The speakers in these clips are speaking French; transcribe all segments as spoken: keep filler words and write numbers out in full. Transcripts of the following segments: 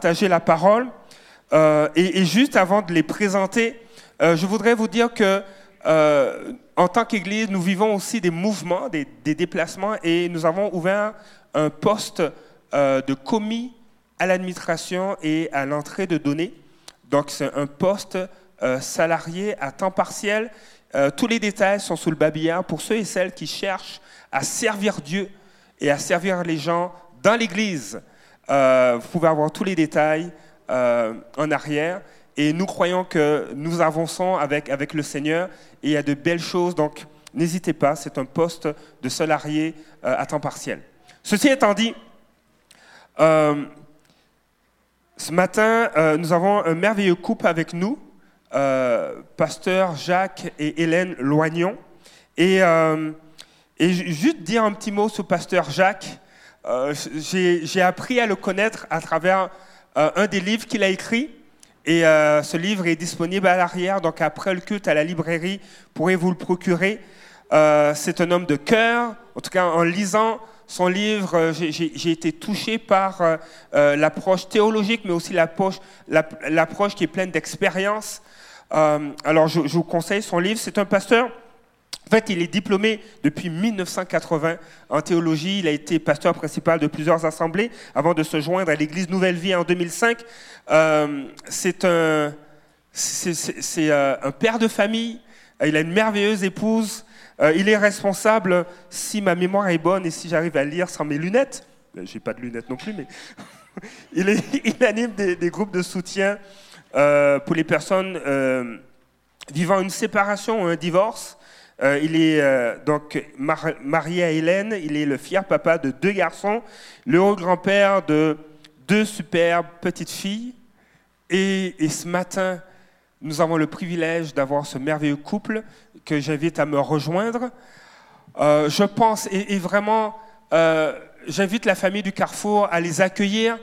partager la parole. Euh, et, et juste avant de les présenter, euh, je voudrais vous dire que euh, en tant qu'Église, nous vivons aussi des mouvements, des, des déplacements, et nous avons ouvert un poste euh, de commis à l'administration et à l'entrée de données. Donc, c'est un poste euh, salarié à temps partiel. Euh, tous les détails sont sous le babillard pour ceux et celles qui cherchent à servir Dieu et à servir les gens dans l'Église. Euh, vous pouvez avoir tous les détails euh, en arrière. Et nous croyons que nous avançons avec, avec le Seigneur et il y a de belles choses. Donc, n'hésitez pas, c'est un poste de salarié euh, à temps partiel. Ceci étant dit, euh, ce matin, euh, nous avons un merveilleux couple avec nous, euh, pasteur Jacques et Hélène Loignon. Et, euh, et juste dire un petit mot sur pasteur Jacques. Euh, j'ai, j'ai appris à le connaître à travers euh, un des livres qu'il a écrit. Et euh, ce livre est disponible à l'arrière, donc après le culte à la librairie, pourrez-vous le procurer. Euh, c'est un homme de cœur. En tout cas, en lisant son livre, j'ai, j'ai, j'ai été touché par euh, euh, l'approche théologique, mais aussi l'approche, l'approche qui est pleine d'expérience. Euh, alors, je, je vous conseille son livre. C'est un pasteur. En fait, il est diplômé depuis mille neuf cent quatre-vingts en théologie. Il a été pasteur principal de plusieurs assemblées avant de se joindre à l'Église Nouvelle Vie en deux mille cinq. Euh, c'est un, c'est, c'est, c'est un père de famille. Il a une merveilleuse épouse. Euh, il est responsable, si ma mémoire est bonne et si j'arrive à lire sans mes lunettes, je n'ai pas de lunettes non plus, mais il, est, il anime des, des groupes de soutien euh, pour les personnes euh, vivant une séparation ou un divorce. Euh, il est euh, donc mar- marié à Hélène, il est le fier papa de deux garçons, le haut grand-père de deux superbes petites filles. Et, et ce matin, nous avons le privilège d'avoir ce merveilleux couple que j'invite à me rejoindre. Euh, je pense, et, et vraiment, euh, j'invite la famille du Carrefour à les accueillir.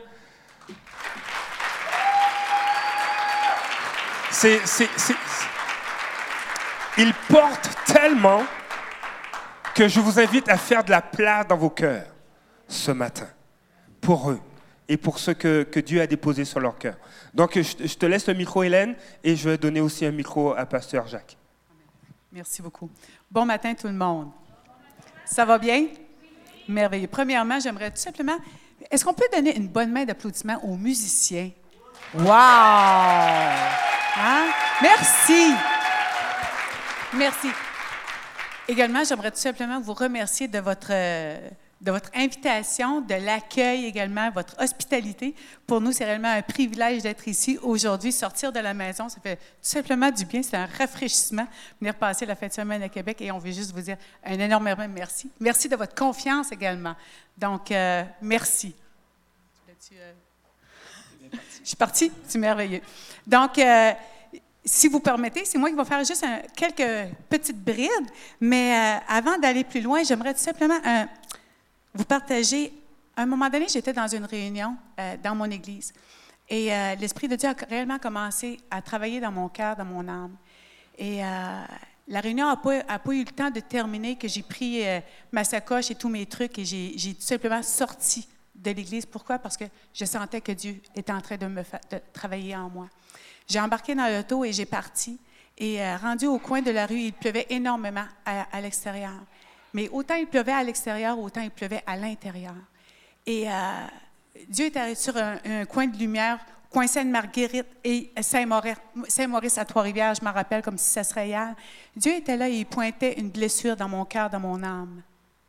C'est, c'est, c'est, ils portent tellement que je vous invite à faire de la place dans vos cœurs ce matin, pour eux et pour ceux que, que Dieu a déposés sur leur cœur. Donc, je, je te laisse le micro, Hélène, et je vais donner aussi un micro à pasteur Jacques. Merci beaucoup. Bon matin, tout le monde. Ça va bien? Merveilleux. Premièrement, j'aimerais tout simplement... Est-ce qu'on peut donner une bonne main d'applaudissement aux musiciens? Wow! Hein? Merci! Merci. Également, j'aimerais tout simplement vous remercier de votre, de votre invitation, de l'accueil également, votre hospitalité. Pour nous, c'est réellement un privilège d'être ici aujourd'hui, sortir de la maison. Ça fait tout simplement du bien, c'est un rafraîchissement. Venir passer la fin de semaine à Québec et on veut juste vous dire un énorme merci. Merci de votre confiance également. Donc, euh, merci. Euh... Je suis partie, c'est merveilleux. Donc, euh, si vous permettez, c'est moi qui vais faire juste un, quelques petites brides, mais euh, avant d'aller plus loin, j'aimerais tout simplement euh, vous partager. À un moment donné, j'étais dans une réunion euh, dans mon église et euh, l'Esprit de Dieu a réellement commencé à travailler dans mon cœur, dans mon âme. Et euh, la réunion n'a pas, a pas eu le temps de terminer, que j'ai pris euh, ma sacoche et tous mes trucs et j'ai, j'ai tout simplement sorti de l'église. Pourquoi? Parce que je sentais que Dieu était en train de me fa- de travailler en moi. J'ai embarqué dans l'auto et j'ai parti. Et euh, rendu au coin de la rue, il pleuvait énormément à, à l'extérieur. Mais autant il pleuvait à l'extérieur, autant il pleuvait à l'intérieur. Et euh, Dieu est arrêté sur un, un coin de lumière, coin Sainte-Marguerite et Saint-Maurice, Saint-Maurice à Trois-Rivières, je m'en rappelle comme si ça serait hier. Dieu était là et il pointait une blessure dans mon cœur, dans mon âme.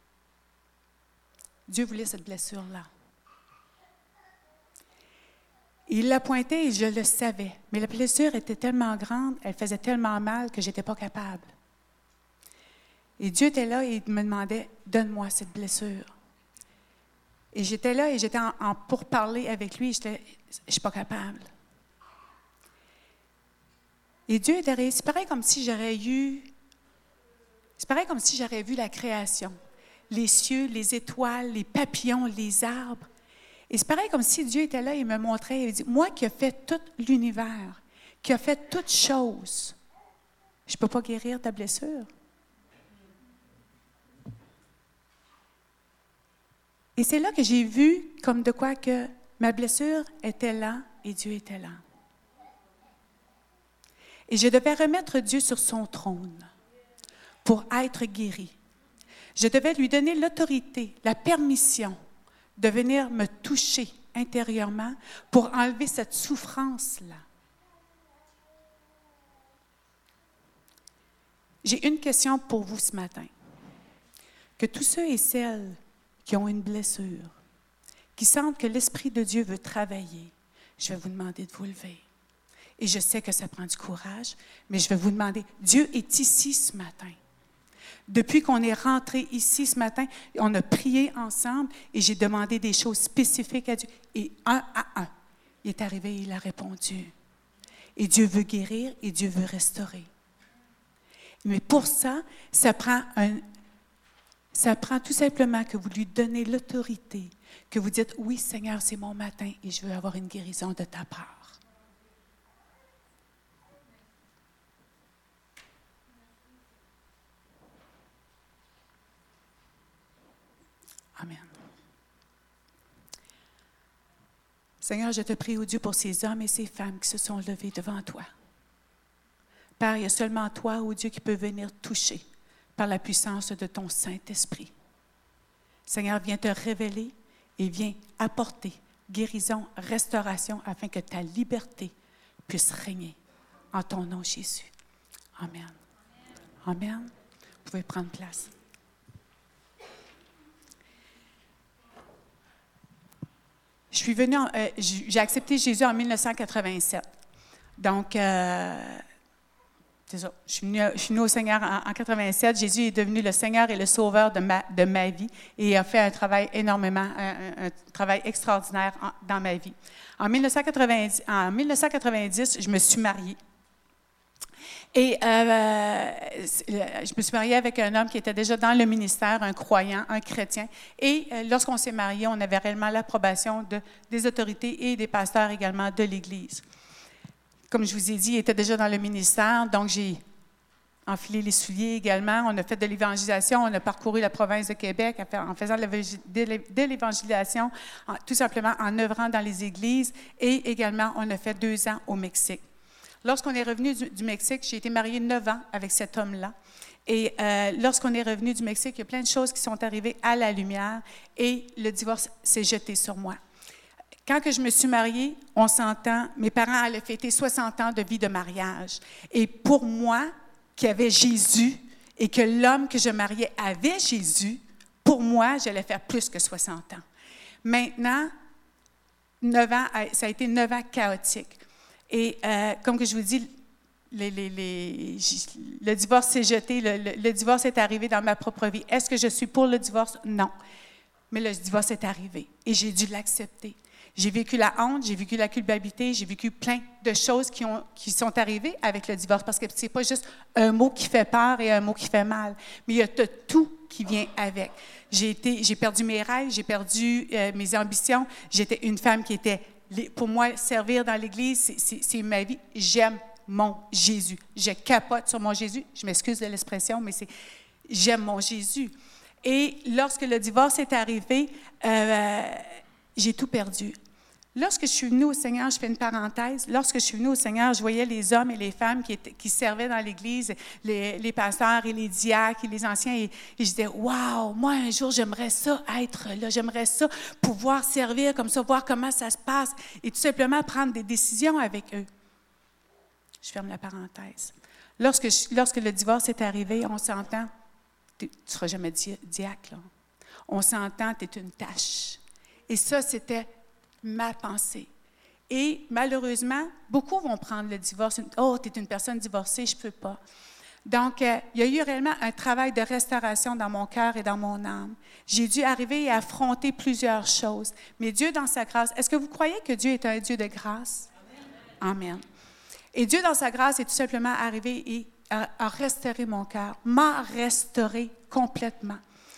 Dieu voulait cette blessure-là. Il l'a pointé et je le savais. Mais la blessure était tellement grande, elle faisait tellement mal que je n'étais pas capable. Et Dieu était là et il me demandait, donne-moi cette blessure. Et j'étais là et j'étais en, en pourparler avec lui. J'étais, je ne suis pas capable. Et Dieu était resté. C'est pareil comme si j'aurais eu. C'est pareil comme si j'aurais vu la création. Les cieux, les étoiles, les papillons, les arbres. Et c'est pareil comme si Dieu était là et me montrait, il dit, moi qui ai fait tout l'univers, qui a fait toutes choses, je ne peux pas guérir ta blessure. Et c'est là que j'ai vu comme de quoi que Ma blessure était là et Dieu était là. Et je devais remettre Dieu sur son trône pour être guéri. Je devais lui donner l'autorité, la permission de venir me toucher intérieurement pour enlever cette souffrance-là. J'ai une question pour vous ce matin. Que tous ceux et celles qui ont une blessure, qui sentent que l'Esprit de Dieu veut travailler, je vais vous demander de vous lever. Et je sais que ça prend du courage, mais je vais vous demander, Dieu est ici ce matin. Depuis qu'on est rentré ici ce matin, on a prié ensemble et j'ai demandé des choses spécifiques à Dieu. Et un à un, il est arrivé et il a répondu. Et Dieu veut guérir et Dieu veut restaurer. Mais pour ça, ça prend, un, ça prend tout simplement que vous lui donnez l'autorité, que vous dites, oui Seigneur, c'est mon matin et je veux avoir une guérison de ta part. Amen. Seigneur, je te prie, ô Dieu, pour ces hommes et ces femmes qui se sont levés devant toi. Père, il y a seulement toi, ô Dieu, qui peut venir toucher par la puissance de ton Saint-Esprit. Seigneur, viens te révéler et viens apporter guérison, restauration, afin que ta liberté puisse régner en ton nom, Jésus. Amen. Amen. Vous pouvez prendre place. Je suis venue, en, euh, j'ai accepté Jésus en mille neuf cent quatre-vingt-sept. Donc, euh, c'est ça. Je suis venue, je suis venue au Seigneur en, en quatre-vingt-sept. Jésus est devenu le Seigneur et le Sauveur de ma, de ma vie et il a fait un travail énormément, un, un, un travail extraordinaire en, dans ma vie. En mille neuf cent quatre-vingt-dix, en mille neuf cent quatre-vingt-dix, je me suis mariée. Et euh, je me suis mariée avec un homme qui était déjà dans le ministère, un croyant, un chrétien. Et euh, lorsqu'on s'est mariés, on avait réellement l'approbation de, des autorités et des pasteurs également de l'Église. Comme je vous ai dit, il était déjà dans le ministère, donc j'ai enfilé les souliers également. On a fait de l'évangélisation, on a parcouru la province de Québec en faisant de l'évangélisation, tout simplement en œuvrant dans les églises. Et également, on a fait deux ans au Mexique. Lorsqu'on est revenu du, du Mexique, j'ai été mariée neuf ans avec cet homme-là. Et euh, lorsqu'on est revenu du Mexique, il y a plein de choses qui sont arrivées à la lumière et le divorce s'est jeté sur moi. Quand que je me suis mariée, on s'entend, mes parents allaient fêter soixante ans de vie de mariage. Et pour moi, qui avait Jésus et que l'homme que je mariais avait Jésus, pour moi, j'allais faire plus que soixante ans. Maintenant, neuf ans, ça a été neuf ans chaotiques. Et euh, comme que je vous dis, les, les, les, le divorce s'est jeté, le, le, le divorce est arrivé dans ma propre vie. Est-ce que je suis pour le divorce? Non. Mais le divorce est arrivé et j'ai dû l'accepter. J'ai vécu la honte, j'ai vécu la culpabilité, j'ai vécu plein de choses qui, ont, qui sont arrivées avec le divorce parce que ce n'est pas juste un mot qui fait peur et un mot qui fait mal, mais il y a tout qui vient avec. J'ai, été, j'ai perdu mes rêves, j'ai perdu euh, mes ambitions. J'étais une femme qui était... Pour moi, servir dans l'Église, c'est, c'est, c'est ma vie. J'aime mon Jésus. Je capote sur mon Jésus. Je m'excuse de l'expression, mais c'est j'aime mon Jésus. Et lorsque le divorce est arrivé, euh, j'ai tout perdu. Lorsque je suis venue au Seigneur, je fais une parenthèse, lorsque je suis venue au Seigneur, je voyais les hommes et les femmes qui, étaient, qui servaient dans l'Église, les, les pasteurs et les diacres et les anciens, et, et je disais, « Wow, moi un jour j'aimerais ça être là, j'aimerais ça pouvoir servir comme ça, voir comment ça se passe et tout simplement prendre des décisions avec eux. » Je ferme la parenthèse. Lorsque, je, lorsque le divorce est arrivé, on s'entend, tu ne seras jamais di- diacre, là. On s'entend, tu es une tâche. Et ça, c'était ma pensée. Et malheureusement, beaucoup vont prendre le divorce. « Oh, tu es une personne divorcée, je ne peux pas. » Donc, euh, il y a eu réellement un travail de restauration dans mon cœur et dans mon âme. J'ai dû arriver et affronter plusieurs choses. Mais Dieu, dans sa grâce, est-ce que vous croyez que Dieu est un Dieu de grâce? Amen. Amen. Et Dieu, dans sa grâce, est tout simplement arrivé et a, a restauré mon cœur, m'a restauré complètement.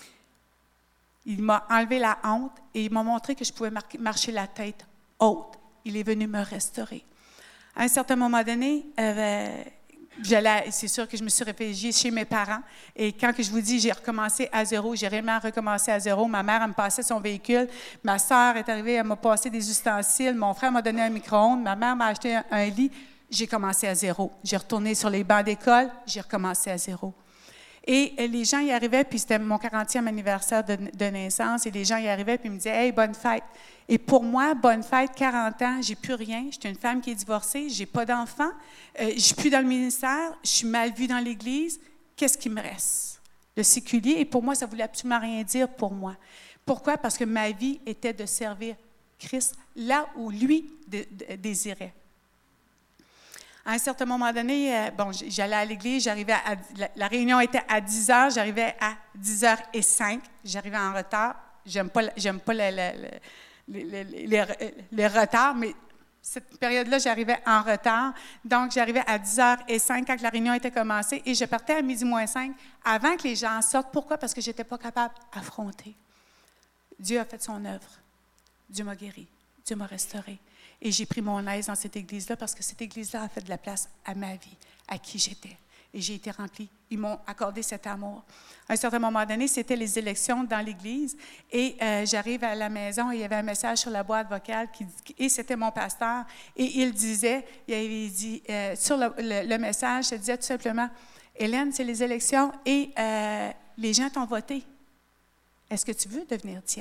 Il m'a enlevé la honte et il m'a montré que je pouvais marcher la tête haute. Il est venu me restaurer. À un certain moment donné, euh, j'allais, c'est sûr que je me suis réfugiée chez mes parents. Et quand que je vous dis, j'ai recommencé à zéro, j'ai réellement recommencé à zéro. Ma mère, elle me passait son véhicule. Ma sœur est arrivée, elle m'a passé des ustensiles. Mon frère m'a donné un micro-ondes. Ma mère m'a acheté un, un lit. J'ai commencé à zéro. J'ai retourné sur les bancs d'école. J'ai recommencé à zéro. Et les gens y arrivaient, puis c'était mon quarantième anniversaire de, de naissance, et les gens y arrivaient, puis ils me disaient « Hey, bonne fête! » Et pour moi, bonne fête, quarante ans, j'ai plus rien. Je suis une femme qui est divorcée, j'ai pas d'enfant, euh, je suis plus dans le ministère, je suis mal vue dans l'Église. Qu'est-ce qui me reste? Le séculier. Et pour moi, ça voulait absolument rien dire pour moi. Pourquoi? Parce que ma vie était de servir Christ là où lui de, de, désirait. À un certain moment donné, euh, bon, j'allais à l'église, j'arrivais à, la, la réunion était à dix heures, j'arrivais à dix heures cinq, j'arrivais en retard. J'aime pas, j'aime pas le, le, le, le, les, les, les retards, mais cette période-là, j'arrivais en retard. Donc, j'arrivais à dix heures cinq quand la réunion était commencée et je partais à midi moins cinq avant que les gens sortent. Pourquoi? Parce que je n'étais pas capable d'affronter. Dieu a fait son œuvre. Dieu m'a guéri. Dieu m'a restauré. Et j'ai pris mon aise dans cette église-là parce que cette église-là a fait de la place à ma vie, à qui j'étais. Et j'ai été remplie. Ils m'ont accordé cet amour. À un certain moment donné, c'était les élections dans l'église. Et euh, j'arrive à la maison et il y avait un message sur la boîte vocale. Qui, et c'était mon pasteur. Et il disait, il avait dit, euh, sur le, le, le message, ça disait tout simplement, « Hélène, c'est les élections et euh, les gens t'ont voté. Est-ce que tu veux devenir diacre? »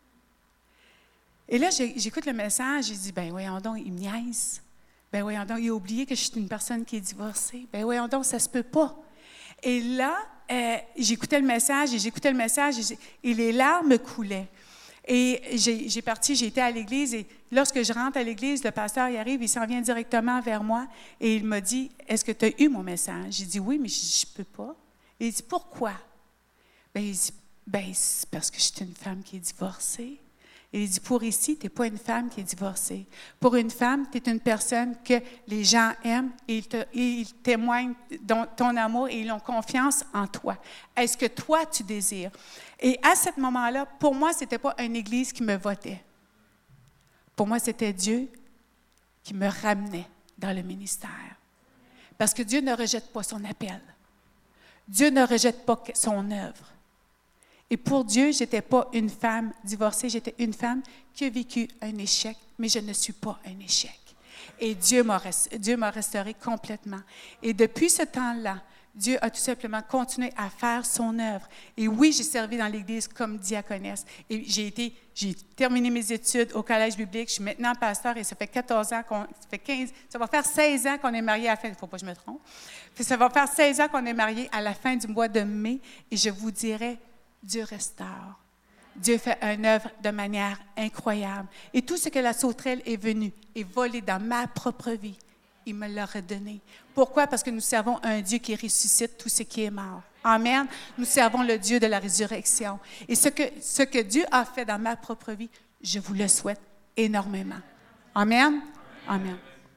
Et là, j'écoute le message, j'ai dit, « Ben voyons donc, il me niaise. Ben voyons donc, il a oublié que je suis une personne qui est divorcée. Ben voyons donc, ça se peut pas. » Et là, euh, j'écoutais le message, et j'écoutais le message, et, et les larmes coulaient. Et j'ai, j'ai parti, j'ai été à l'église, et lorsque je rentre à l'église, le pasteur y arrive, il s'en vient directement vers moi, et il m'a dit, « Est-ce que tu as eu mon message? » J'ai dit, « Oui, mais je ne peux pas. » Et il dit, « Pourquoi? » Ben, il dit, « Ben, c'est parce que je suis une femme qui est divorcée. » Et il dit, pour ici, tu n'es pas une femme qui est divorcée. Pour une femme, tu es une personne que les gens aiment et ils, te, et ils témoignent de ton amour et ils ont confiance en toi. Est-ce que toi, tu désires? Et à ce moment-là, pour moi, ce n'était pas une église qui me votait. Pour moi, c'était Dieu qui me ramenait dans le ministère. Parce que Dieu ne rejette pas son appel. Dieu ne rejette pas son œuvre. Et pour Dieu, je n'étais pas une femme divorcée, j'étais une femme qui a vécu un échec, mais je ne suis pas un échec. Et Dieu m'a, Dieu m'a restaurée complètement. Et depuis ce temps-là, Dieu a tout simplement continué à faire son œuvre. Et oui, j'ai servi dans l'Église comme diaconesse. Et j'ai été, j'ai terminé mes études au collège biblique. Je suis maintenant pasteur et ça fait quatorze ans qu'on, ça fait quinze, ça va faire seize ans qu'on est mariés à la fin. Il ne faut pas que je me trompe. Ça va faire seize ans qu'on est mariés à la fin du mois de mai. Et je vous dirais, Dieu restaure. Dieu fait une œuvre de manière incroyable. Et tout ce que la sauterelle est venue et volé dans ma propre vie, il me l'a redonné. Pourquoi? Parce que nous servons un Dieu qui ressuscite tout ce qui est mort. Amen. Nous servons le Dieu de la résurrection. Et ce que, ce que Dieu a fait dans ma propre vie, je vous le souhaite énormément. Amen. Amen.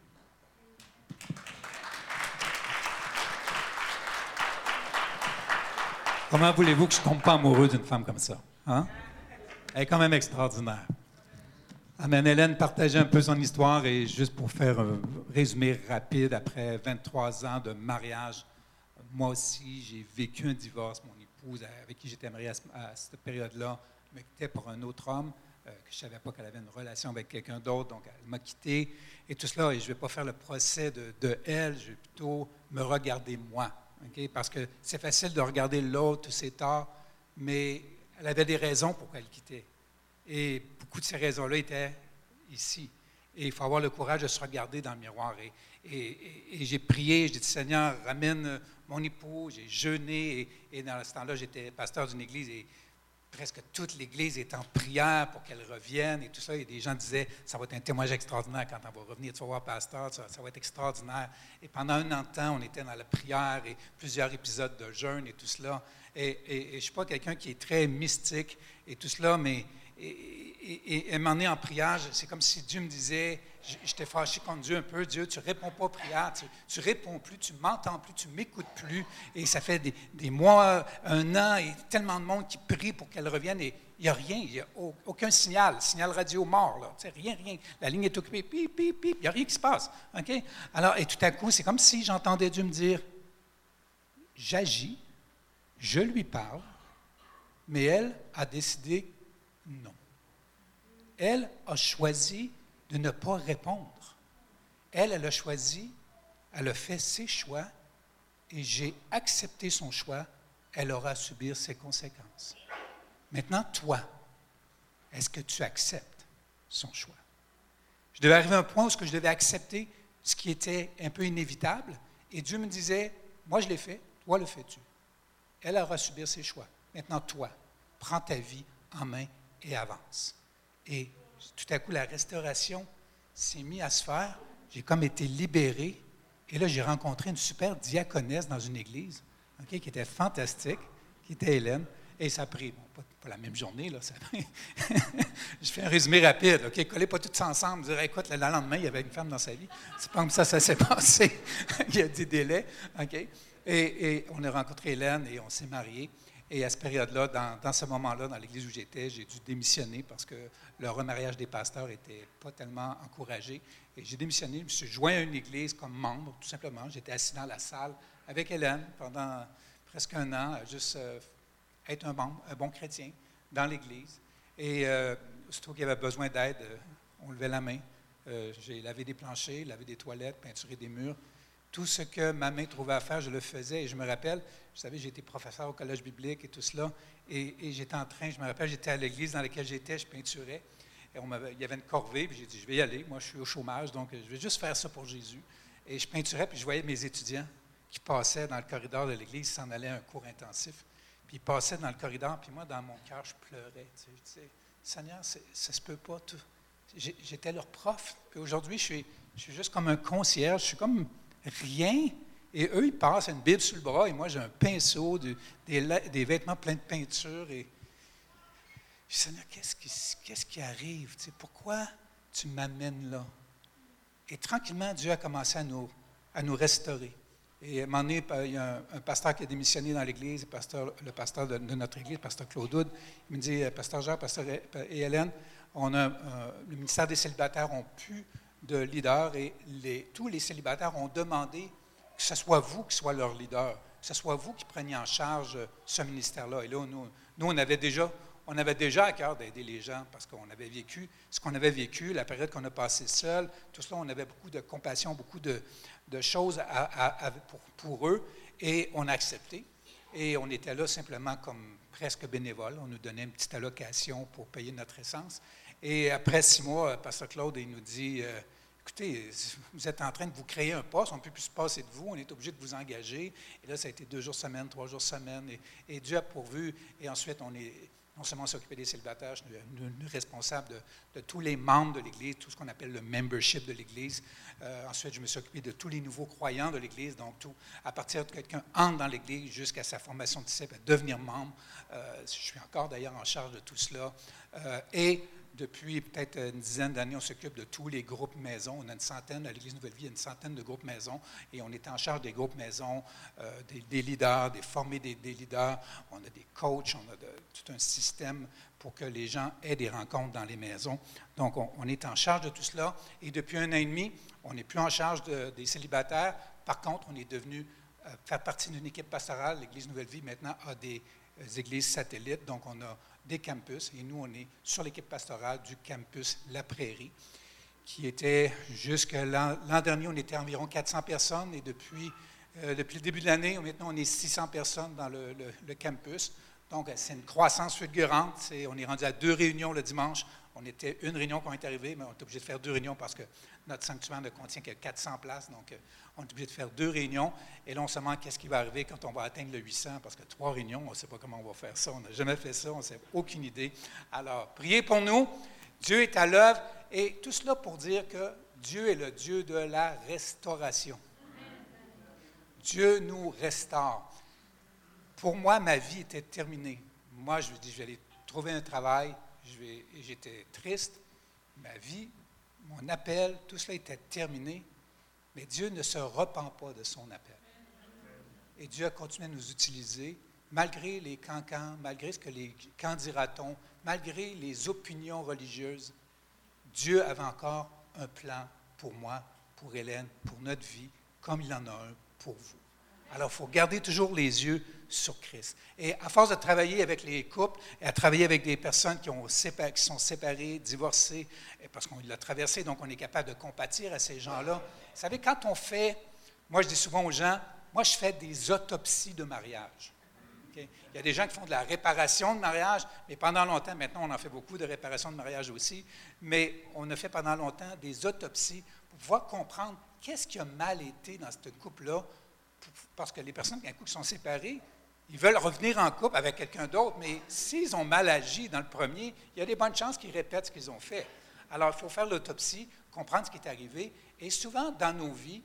Comment voulez-vous que je ne tombe pas amoureux d'une femme comme ça? Hein? Elle est quand même extraordinaire. Amen. Hélène partageait un peu son histoire et juste pour faire un résumé rapide, après vingt-trois ans de mariage, moi aussi, j'ai vécu un divorce. Mon épouse, avec qui j'étais marié à, ce, à cette période-là, me quittait pour un autre homme, euh, que je ne savais pas qu'elle avait une relation avec quelqu'un d'autre, donc elle m'a quitté. Et tout cela, et je ne vais pas faire le procès de, de elle, je vais plutôt me regarder moi. Okay? Parce que c'est facile de regarder l'autre, tous ses torts, mais elle avait des raisons pourquoi elle quittait. Et beaucoup de ces raisons-là étaient ici. Et il faut avoir le courage de se regarder dans le miroir. Et, et, et, et j'ai prié, j'ai dit, Seigneur, ramène mon époux. J'ai jeûné. Et, et dans ce temps-là, j'étais pasteur d'une église et presque toute l'église est en prière pour qu'elle revienne et tout ça. Et des gens disaient, ça va être un témoignage extraordinaire quand on va revenir. Tu vas voir pasteur, ça, ça va être extraordinaire. Et pendant un an de temps, on était dans la prière et plusieurs épisodes de jeûne et tout cela. Et, et, et je ne suis pas quelqu'un qui est très mystique et tout cela, mais... Et, et, et à un moment donné, en prière, c'est comme si Dieu me disait, j'étais fâché contre Dieu un peu, Dieu, tu ne réponds pas aux prières, tu ne réponds plus, tu ne m'entends plus, tu ne m'écoutes plus. Et ça fait des, des mois, un an, et tellement de monde qui prie pour qu'elle revienne, et il n'y a rien, il n'y a aucun signal, signal radio mort, là, tu sais, rien, rien. La ligne est occupée, pip, pip, pip, il n'y a rien qui se passe. Okay? Alors, et tout à coup, c'est comme si j'entendais Dieu me dire, j'agis, je lui parle, mais elle a décidé non. Elle a choisi de ne pas répondre. Elle, elle a choisi, elle a fait ses choix et j'ai accepté son choix. Elle aura à subir ses conséquences. Maintenant, toi, est-ce que tu acceptes son choix? Je devais arriver à un point où je devais accepter ce qui était un peu inévitable et Dieu me disait, moi je l'ai fait, toi le fais-tu. Elle aura à subir ses choix. Maintenant, toi, prends ta vie en main et avance. Et tout à coup, la restauration s'est mise à se faire. J'ai comme été libéré. Et là, j'ai rencontré une super diaconesse dans une église, okay, qui était fantastique, qui était Hélène. Et ça a pris, bon, pas, pas la même journée, là, ça a pris. Je fais un résumé rapide, OK? Collez pas tout ça ensemble, dire, écoute, le lendemain, il y avait une femme dans sa vie. C'est pas comme ça ça s'est passé. Il y a des délais, OK? Et, et on a rencontré Hélène et on s'est mariés. Et à cette période-là, dans, dans ce moment-là, dans l'église où j'étais, j'ai dû démissionner parce que le remariage des pasteurs n'était pas tellement encouragé. Et j'ai démissionné, je me suis joint à une église comme membre, tout simplement. J'étais assis dans la salle avec Hélène pendant presque un an, à juste euh, être un membre, un bon chrétien dans l'église. Et euh, surtout qu'il y avait besoin d'aide, euh, on levait la main. Euh, j'ai lavé des planchers, lavé des toilettes, peinturé des murs. Tout ce que ma main trouvait à faire, je le faisais. Et je me rappelle, vous savez, j'ai été professeur au collège biblique et tout cela. Et, et j'étais en train, je me rappelle, j'étais à l'église dans laquelle j'étais, je peinturais. Et on m'avait, il y avait une corvée, puis j'ai dit, je vais y aller. Moi, je suis au chômage, donc je vais juste faire ça pour Jésus. Et je peinturais, puis je voyais mes étudiants qui passaient dans le corridor de l'église, ils s'en allaient à un cours intensif. Puis ils passaient dans le corridor, puis moi, dans mon cœur, je pleurais. Tu sais, je disais, Seigneur, c'est, ça se peut pas, tout. J'ai, j'étais leur prof. Puis aujourd'hui, je suis, je suis juste comme un concierge. Je suis comme rien. Et eux, ils passent une Bible sur le bras, et moi, j'ai un pinceau, de, des, des vêtements pleins de peinture. Et je dis, Seigneur, qu'est-ce qui, qu'est-ce qui arrive? Tu sais, pourquoi tu m'amènes là? Et tranquillement, Dieu a commencé à nous, à nous restaurer. Et à un moment donné, il y a un, un pasteur qui a démissionné dans l'Église, le pasteur, le pasteur de, de notre Église, le pasteur Claude Houd. Il me dit, pasteur Jean, pasteur et Hélène, on a, euh, le ministère des célibataires ont plus de leaders et les, tous les célibataires ont demandé que ce soit vous qui soit leur leader, que ce soit vous qui preniez en charge ce ministère-là. Et là, nous, nous on, avait déjà, on avait déjà à cœur d'aider les gens parce qu'on avait vécu ce qu'on avait vécu, la période qu'on a passée seul. Tout cela, on avait beaucoup de compassion, beaucoup de, de choses à, à, à, pour, pour eux et on a accepté. Et on était là simplement comme presque bénévole. On nous donnait une petite allocation pour payer notre essence. Et après six mois, pasteur Claude, il nous dit... Euh, Écoutez, vous êtes en train de vous créer un poste, on ne peut plus se passer de vous, on est obligé de vous engager. Et là, ça a été deux jours semaine, trois jours semaine, et, et Dieu a pourvu. Et ensuite, on est non seulement s'occuper des célibataires, je suis responsable de, de tous les membres de l'Église, tout ce qu'on appelle le membership de l'Église. Euh, ensuite, je me suis occupé de tous les nouveaux croyants de l'Église, donc tout, à partir de quelqu'un entre dans l'Église jusqu'à sa formation de disciple, à devenir membre. Euh, je suis encore d'ailleurs en charge de tout cela. Euh, et Depuis peut-être une dizaine d'années, on s'occupe de tous les groupes maisons. On a une centaine, à l'Église Nouvelle-Vie, il y a une centaine de groupes maisons. Et on est en charge des groupes maisons, euh, des, des leaders, des former des, des leaders. On a des coachs, on a de, tout un système pour que les gens aient des rencontres dans les maisons. Donc, on, on est en charge de tout cela. Et depuis un an et demi, on n'est plus en charge de, des célibataires. Par contre, on est devenu euh, faire partie d'une équipe pastorale. L'Église Nouvelle-Vie, maintenant, a des euh, églises satellites. Donc, on a des campus, et nous, on est sur l'équipe pastorale du campus La Prairie, qui était, jusqu'à l'an, l'an dernier, on était environ quatre cents personnes, et depuis, euh, depuis le début de l'année, maintenant, on est six cents personnes dans le, le, le campus. Donc, c'est une croissance fulgurante. C'est, on est rendu à deux réunions le dimanche. On était une réunion quand on est arrivé, mais on est obligé de faire deux réunions parce que notre sanctuaire ne contient que quatre cents places. Donc, on est obligé de faire deux réunions. Et là, on se demande qu'est-ce qui va arriver quand on va atteindre le huit cents, parce que trois réunions, on ne sait pas comment on va faire ça. On n'a jamais fait ça, on n'a aucune idée. Alors, priez pour nous. Dieu est à l'œuvre. Et tout cela pour dire que Dieu est le Dieu de la restauration. Dieu nous restaure. Pour moi, ma vie était terminée. Moi, je me dis, je vais aller trouver un travail. je vais, j'étais triste, ma vie, mon appel, tout cela était terminé, mais Dieu ne se repent pas de son appel. Et Dieu a continué à nous utiliser, malgré les cancans, malgré ce que les qu'en dira-t-on, malgré les opinions religieuses. Dieu avait encore un plan pour moi, pour Hélène, pour notre vie, comme il en a un pour vous. Alors, il faut garder toujours les yeux sur Christ. Et à force de travailler avec les couples, et à travailler avec des personnes qui, ont séparé, qui sont séparées, divorcées, parce qu'on l'a traversé, donc on est capable de compatir à ces gens-là. Vous savez, quand on fait, moi je dis souvent aux gens, moi je fais des autopsies de mariage. Okay? Il y a des gens qui font de la réparation de mariage, mais pendant longtemps, maintenant on en fait beaucoup de réparation de mariage aussi, mais on a fait pendant longtemps des autopsies pour pouvoir comprendre qu'est-ce qui a mal été dans ce couple-là, parce que les personnes qui, qui sont séparées, ils veulent revenir en couple avec quelqu'un d'autre, mais s'ils ont mal agi dans le premier, il y a des bonnes chances qu'ils répètent ce qu'ils ont fait. Alors, il faut faire l'autopsie, comprendre ce qui est arrivé, et souvent, dans nos vies,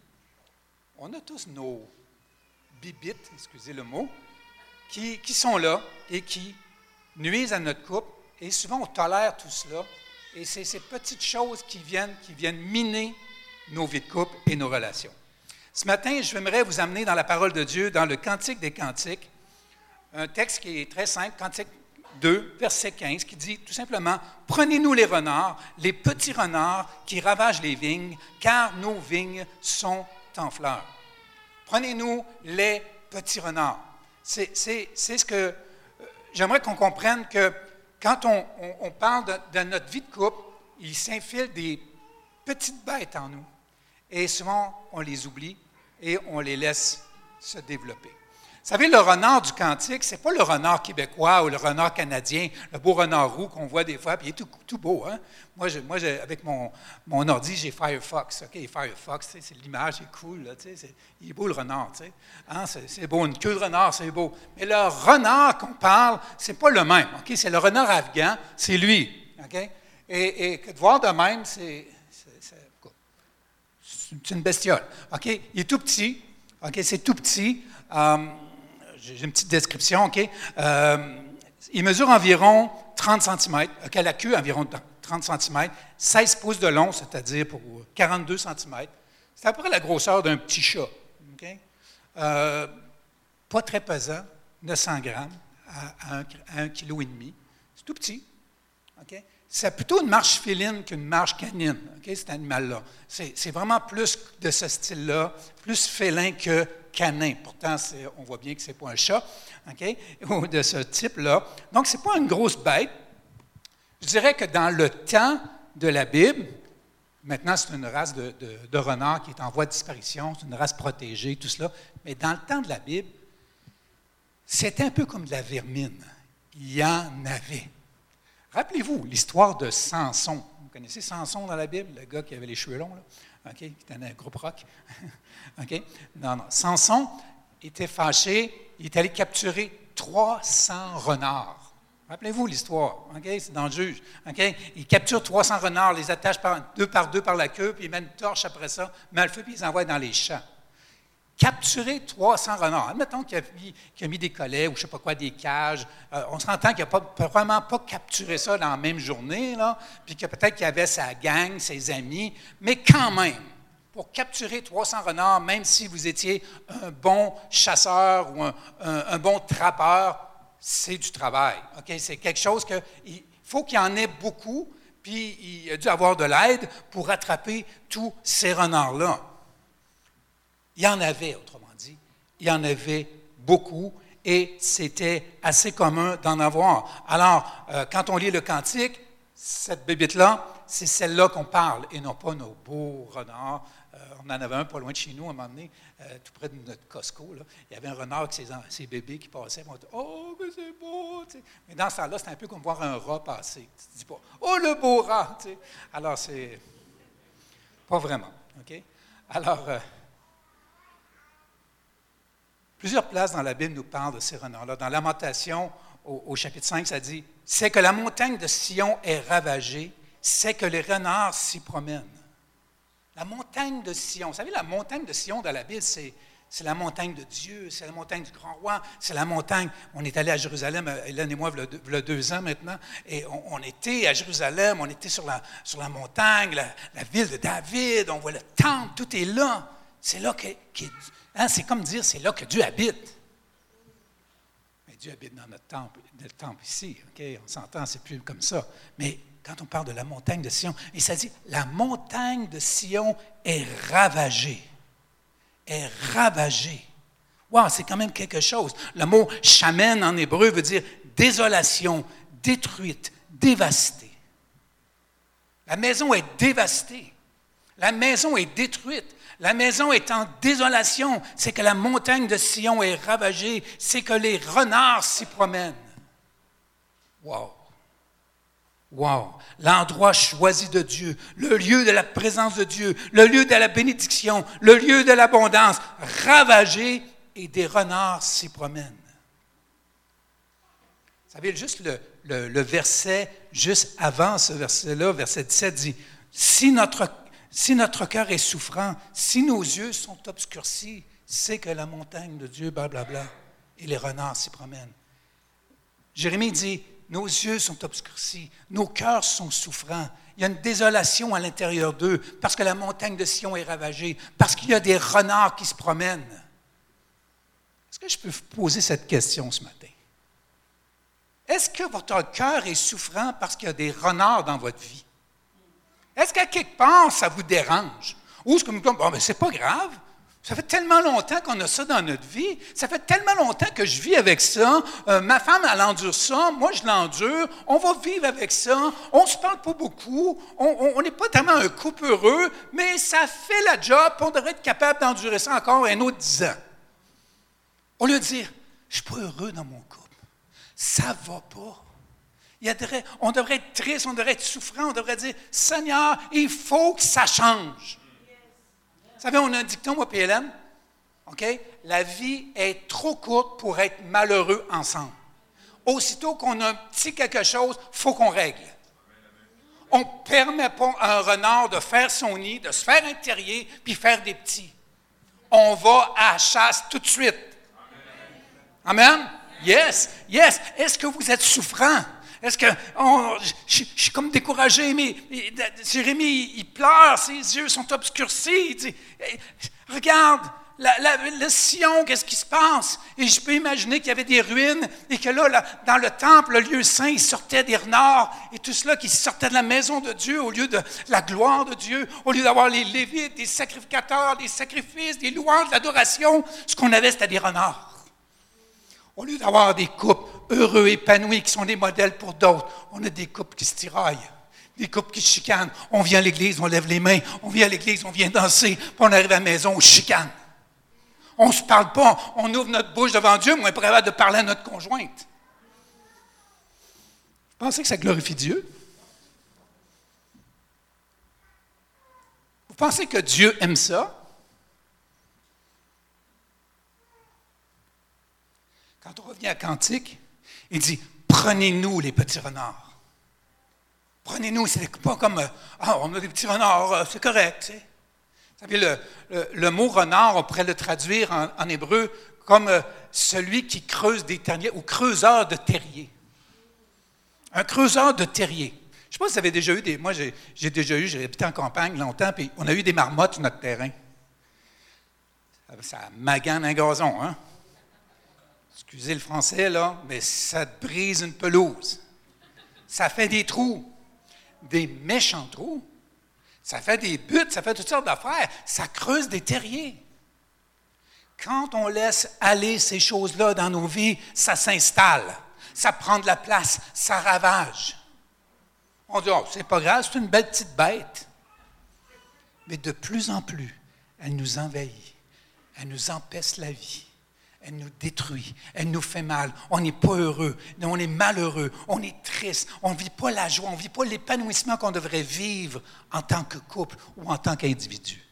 on a tous nos bibites, excusez le mot, qui, qui sont là et qui nuisent à notre couple, et souvent, on tolère tout cela, et c'est ces petites choses qui viennent, qui viennent miner nos vies de couple et nos relations. Ce matin, j'aimerais vous amener dans la parole de Dieu, dans le Cantique des Cantiques, un texte qui est très simple, Cantique deux, verset quinze, qui dit tout simplement « Prenez-nous les renards, les petits renards qui ravagent les vignes, car nos vignes sont en fleurs. » Prenez-nous les petits renards. C'est, c'est, c'est ce que euh, j'aimerais qu'on comprenne que quand on, on, on parle de, de notre vie de couple, il s'infile des petites bêtes en nous. Et souvent, on les oublie et on les laisse se développer. Vous savez, le renard du Cantique, ce n'est pas le renard québécois ou le renard canadien, le beau renard roux qu'on voit des fois, puis il est tout, tout beau. Hein? Moi, je, moi je, avec mon, mon ordi, j'ai Firefox. OK, Firefox, c'est l'image, c'est cool. Là, c'est, il est beau le renard. Hein? C'est, c'est beau, une queue de renard, c'est beau. Mais le renard qu'on parle, ce n'est pas le même. Okay? C'est le renard afghan, c'est lui. Okay? Et, et que de voir de même, c'est... C'est une bestiole. OK? Il est tout petit. OK? C'est tout petit. Euh, j'ai une petite description. OK? Euh, il mesure environ trente centimètres. OK? La queue, environ trente centimètres. seize pouces de long, c'est-à-dire pour quarante-deux centimètres. C'est à peu près la grosseur d'un petit chat. OK? Euh, pas très pesant. neuf cents grammes à, à un virgule cinq kg. C'est tout petit. OK? C'est plutôt une marche féline qu'une marche canine, okay, cet animal-là. C'est, c'est vraiment plus de ce style-là, plus félin que canin. Pourtant, c'est, on voit bien que ce n'est pas un chat, okay, ou de ce type-là. Donc, ce n'est pas une grosse bête. Je dirais que dans le temps de la Bible, maintenant, c'est une race de, de, de renard qui est en voie de disparition, c'est une race protégée, tout cela. Mais dans le temps de la Bible, c'était un peu comme de la vermine. Il y en avait. Rappelez-vous l'histoire de Samson. Vous connaissez Samson dans la Bible, le gars qui avait les cheveux longs, là, okay, qui était un groupe rock. okay? Non, non. Samson était fâché, il est allé capturer trois cents renards. Rappelez-vous l'histoire, okay? C'est dans le juge. Okay? Il capture trois cents renards, les attache par, deux par deux par la queue, puis il met une torche après ça, met le feu, puis il les envoie dans les champs. Capturer trois cents renards. Admettons qu'il a mis, qu'il a mis des collets ou je ne sais pas quoi, des cages. Euh, on s'entend qu'il n'a pas, vraiment pas capturé ça dans la même journée, là, puis que peut-être qu'il avait sa gang, ses amis, mais quand même, pour capturer trois cents renards, même si vous étiez un bon chasseur ou un, un, un bon trappeur, c'est du travail. Okay? C'est quelque chose que il faut qu'il y en ait beaucoup, puis il a dû avoir de l'aide pour attraper tous ces renards-là. Il y en avait, autrement dit, il y en avait beaucoup et c'était assez commun d'en avoir. Alors, euh, quand on lit le Cantique, cette bébite-là, c'est celle-là qu'on parle et non pas nos beaux renards. Euh, on en avait un pas loin de chez nous, à un moment donné, euh, tout près de notre Costco. Là. Il y avait un renard avec ses, ses bébés qui passaient. On dit « Oh, mais c'est beau! » T'sais. Mais dans ce temps-là, c'est un peu comme voir un rat passer. Tu ne dis pas « Oh, le beau rat! » T'sais. Alors, c'est pas vraiment. Okay? Alors... Euh, Plusieurs places dans la Bible nous parlent de ces renards-là. Dans Lamentation, au, au chapitre cinq, ça dit « C'est que la montagne de Sion est ravagée, c'est que les renards s'y promènent. » La montagne de Sion. Vous savez, la montagne de Sion dans la Bible, c'est, C'est la montagne de Dieu, c'est la montagne du grand roi, c'est la montagne. On est allé à Jérusalem, Hélène et moi, il y a deux ans maintenant, et on, on était à Jérusalem, on était sur la, sur la montagne, la, la ville de David, on voit le temple, tout est là. C'est là que, que hein, c'est comme dire, c'est là que Dieu habite. Mais Dieu habite dans notre temple, dans le temple ici, ok? On s'entend, c'est plus comme ça. Mais quand on parle de la montagne de Sion, et ça dit, la montagne de Sion est ravagée. est ravagée. Wow, c'est quand même quelque chose. Le mot « shamen » en hébreu veut dire désolation, détruite, dévastée. La maison est dévastée. La maison est détruite. La maison est en désolation. C'est que la montagne de Sion est ravagée. C'est que les renards s'y promènent. Wow! Wow! L'endroit choisi de Dieu, le lieu de la présence de Dieu, le lieu de la bénédiction, le lieu de l'abondance, ravagé et des renards s'y promènent. Vous savez, juste le, le, le verset, juste avant ce verset-là, verset dix-sept dit, si notre, si notre cœur est souffrant, si nos yeux sont obscurcis, c'est que la montagne de Dieu, blablabla, et les renards s'y promènent. Jérémie dit, nos yeux sont obscurcis, nos cœurs sont souffrants. Il y a une désolation à l'intérieur d'eux parce que la montagne de Sion est ravagée, parce qu'il y a des renards qui se promènent. Est-ce que je peux vous poser cette question ce matin? Est-ce que votre cœur est souffrant parce qu'il y a des renards dans votre vie? Est-ce qu'à quelque part, ça vous dérange? Ou est-ce que vous dites, bon, ben, c'est pas grave? Ça fait tellement longtemps qu'on a ça dans notre vie. Ça fait tellement longtemps que je vis avec ça. Euh, ma femme, elle endure ça. Moi, je l'endure. On va vivre avec ça. On ne se parle pas beaucoup. On n'est pas tellement un couple heureux, mais ça fait la job. On devrait être capable d'endurer ça encore un autre dix ans. Au lieu de dire, je ne suis pas heureux dans mon couple. Ça ne va pas. Il y a des, on devrait être triste, on devrait être souffrant. On devrait dire, Seigneur, il faut que ça change. Vous savez, on a un dicton, moi, P L M, OK? La vie est trop courte pour être malheureux ensemble. Aussitôt qu'on a un petit quelque chose, il faut qu'on règle. On ne permet pas à un renard de faire son nid, de se faire un terrier, puis faire des petits. On va à la chasse tout de suite. Amen? Yes, yes. Est-ce que vous êtes souffrant? Est-ce que oh, je, je suis comme découragé, mais Jérémie, il, il pleure, ses yeux sont obscurcis. Il dit, regarde, la, la, le Sion, qu'est-ce qui se passe? Et je peux imaginer qu'il y avait des ruines et que là, là, dans le temple, le lieu saint, il sortait des renards et tout cela qui sortait de la maison de Dieu au lieu de la gloire de Dieu, au lieu d'avoir les Lévites, des sacrificateurs, des sacrifices, des louanges, de l'adoration. Ce qu'on avait, c'était des renards. Au lieu d'avoir des couples heureux, épanouis, qui sont des modèles pour d'autres, on a des couples qui se tiraillent, des couples qui se chicanent. On vient à l'église, on lève les mains, on vient à l'église, on vient danser, puis on arrive à la maison, on chicane. On ne se parle pas, on ouvre notre bouche devant Dieu, mais on est pas capable de parler à notre conjointe. Vous pensez que ça glorifie Dieu? Vous pensez que Dieu aime ça? Quand on revient à Cantique, il dit « Prenez-nous les petits renards. » Prenez-nous, c'est pas comme « Ah, on a des petits renards, c'est correct. » Tu sais. Vous savez, le, le, le mot « renard », on pourrait le traduire en, en hébreu comme euh, celui qui creuse des terriers ou creuseur de terriers. Un creuseur de terriers. Je ne sais pas si vous avez déjà eu des... Moi, j'ai, j'ai déjà eu, j'ai habité en campagne longtemps, puis on a eu des marmottes sur notre terrain. Ça, ça magane un gazon, hein? Excusez le français, là, mais ça te brise une pelouse. Ça fait des trous, des méchants trous. Ça fait des buttes, ça fait toutes sortes d'affaires. Ça creuse des terriers. Quand on laisse aller ces choses-là dans nos vies, ça s'installe. Ça prend de la place, ça ravage. On dit, oh, c'est pas grave, c'est une belle petite bête. Mais de plus en plus, elle nous envahit. Elle nous empêche la vie. Elle nous détruit, elle nous fait mal. On n'est pas heureux, on est malheureux, on est triste, on ne vit pas la joie, on ne vit pas l'épanouissement qu'on devrait vivre en tant que couple ou en tant qu'individu.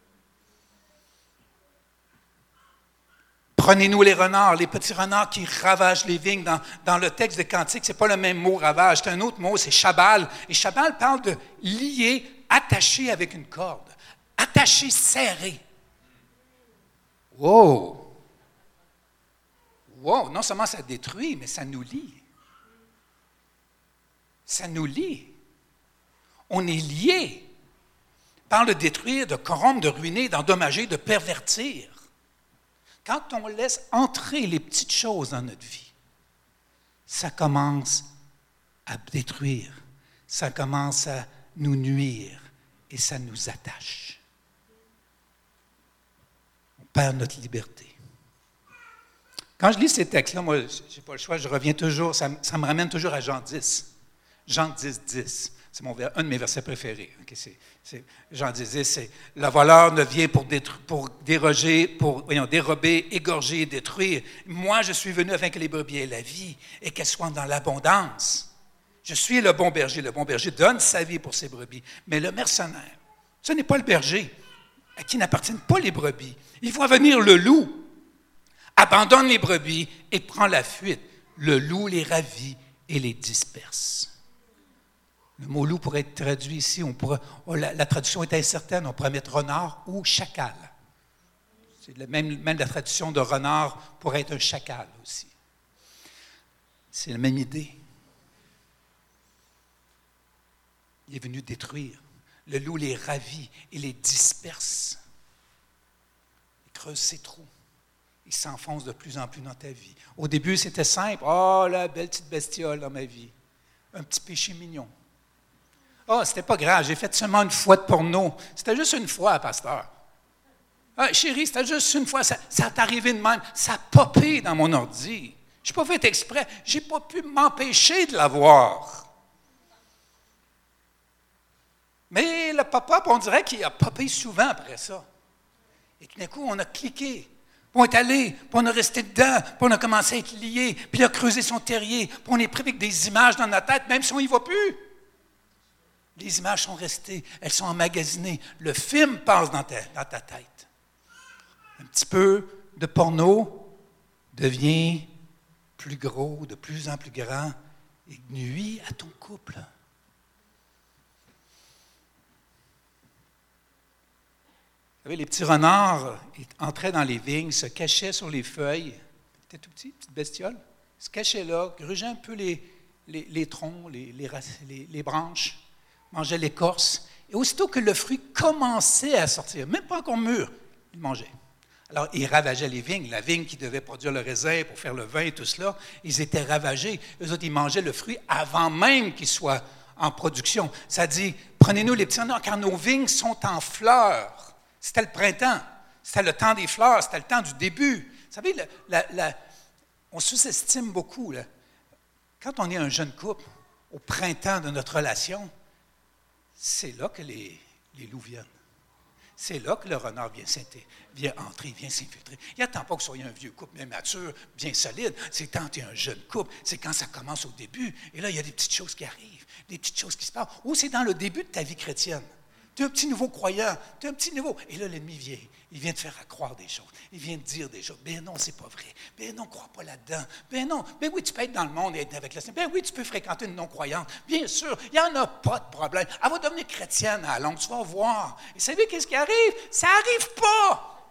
Prenez-nous les renards, les petits renards qui ravagent les vignes. Dans, dans le texte de Cantique, ce n'est pas le même mot ravage, c'est un autre mot, c'est chabal. Et chabal parle de lier, attaché avec une corde, attaché, serré. Wow! Wow! Non seulement ça détruit, mais ça nous lie. Ça nous lie. On est liés par le détruire, de corrompre, de ruiner, d'endommager, de pervertir. Quand on laisse entrer les petites choses dans notre vie, ça commence à détruire, ça commence à nous nuire et ça nous attache. On perd notre liberté. Quand je lis ces textes-là, moi, je n'ai pas le choix, je reviens toujours, ça, ça me ramène toujours à Jean dix. Jean dix, dix. C'est mon, un de mes versets préférés. Okay, c'est, c'est, Jean dix, dix, c'est « Le voleur ne vient pour, détru- pour déroger, pour voyons, dérober, égorger et détruire. Moi, je suis venu afin que les brebis aient la vie et qu'elles soient dans l'abondance. Je suis le bon berger. Le bon berger donne sa vie pour ses brebis. Mais le mercenaire, ce n'est pas le berger à qui n'appartiennent pas les brebis. Il voit venir le loup, abandonne les brebis et prend la fuite. Le loup les ravit et les disperse. » Le mot loup pourrait être traduit ici, on pourrait, oh, la, la traduction est incertaine, on pourrait mettre renard ou chacal. C'est le même, même la traduction de renard pourrait être un chacal aussi. C'est la même idée. Il est venu détruire. Le loup les ravit et les disperse. Il creuse ses trous. Il s'enfonce de plus en plus dans ta vie. Au début, c'était simple. « Oh, la belle petite bestiole dans ma vie. Un petit péché mignon. » Ah, oh, c'était pas grave, j'ai fait seulement une fois de porno. C'était juste une fois, pasteur. Ah, chérie, c'était juste une fois, ça, ça t'est arrivé de même. Ça a popé dans mon ordi. Je n'ai pas fait exprès, j'ai pas pu m'empêcher de l'avoir. Mais le pop-up, on dirait qu'il a popé souvent après ça. Et tout d'un coup, on a cliqué. Puis on est allé, puis on a resté dedans, puis on a commencé à être lié, puis il a creusé son terrier, puis on est pris avec des images dans notre tête, même si on n'y va plus. Les images sont restées, elles sont emmagasinées. Le film passe dans ta, dans ta tête. Un petit peu de porno devient plus gros, de plus en plus grand, et nuit à ton couple. Vous savez, les petits renards entraient dans les vignes, se cachaient sur les feuilles. C'était tout petit, petite bestiole. Ils se cachaient là, grugeaient un peu les, les, les troncs, les, les, les, les branches. Mangeait l'écorce, et aussitôt que le fruit commençait à sortir, même pas encore mûr, il mangeait. Alors, ils ravageaient les vignes, la vigne qui devait produire le raisin pour faire le vin et tout cela, ils étaient ravagés. Eux autres, ils mangeaient le fruit avant même qu'il soit en production. Ça dit, prenez-nous les petits renards, car nos vignes sont en fleurs. C'était le printemps, c'était le temps des fleurs, c'était le temps du début. Vous savez, la, la, la, on sous-estime beaucoup. Là. Quand on est un jeune couple, au printemps de notre relation, c'est là que les, les loups viennent. C'est là que le renard vient, vient entrer, vient s'infiltrer. Il n'attend pas que vous soyez un vieux couple bien mature, bien solide. C'est quand tu es un jeune couple, c'est quand ça commence au début. Et là, il y a des petites choses qui arrivent, des petites choses qui se passent. Ou c'est dans le début de ta vie chrétienne. Tu es un petit nouveau croyant, tu es un petit nouveau. Et là, l'ennemi vient. Il vient te faire croire des choses. Il vient te dire des choses. Ben non, c'est pas vrai. Ben non, crois pas là-dedans. Ben non, ben oui, tu peux être dans le monde et être avec la Seigneur. Ben oui, tu peux fréquenter une non-croyante. Bien sûr, il n'y en a pas de problème. Elle va devenir chrétienne à la longue, tu vas voir. Et vous savez qu'est-ce qui arrive? Ça n'arrive pas.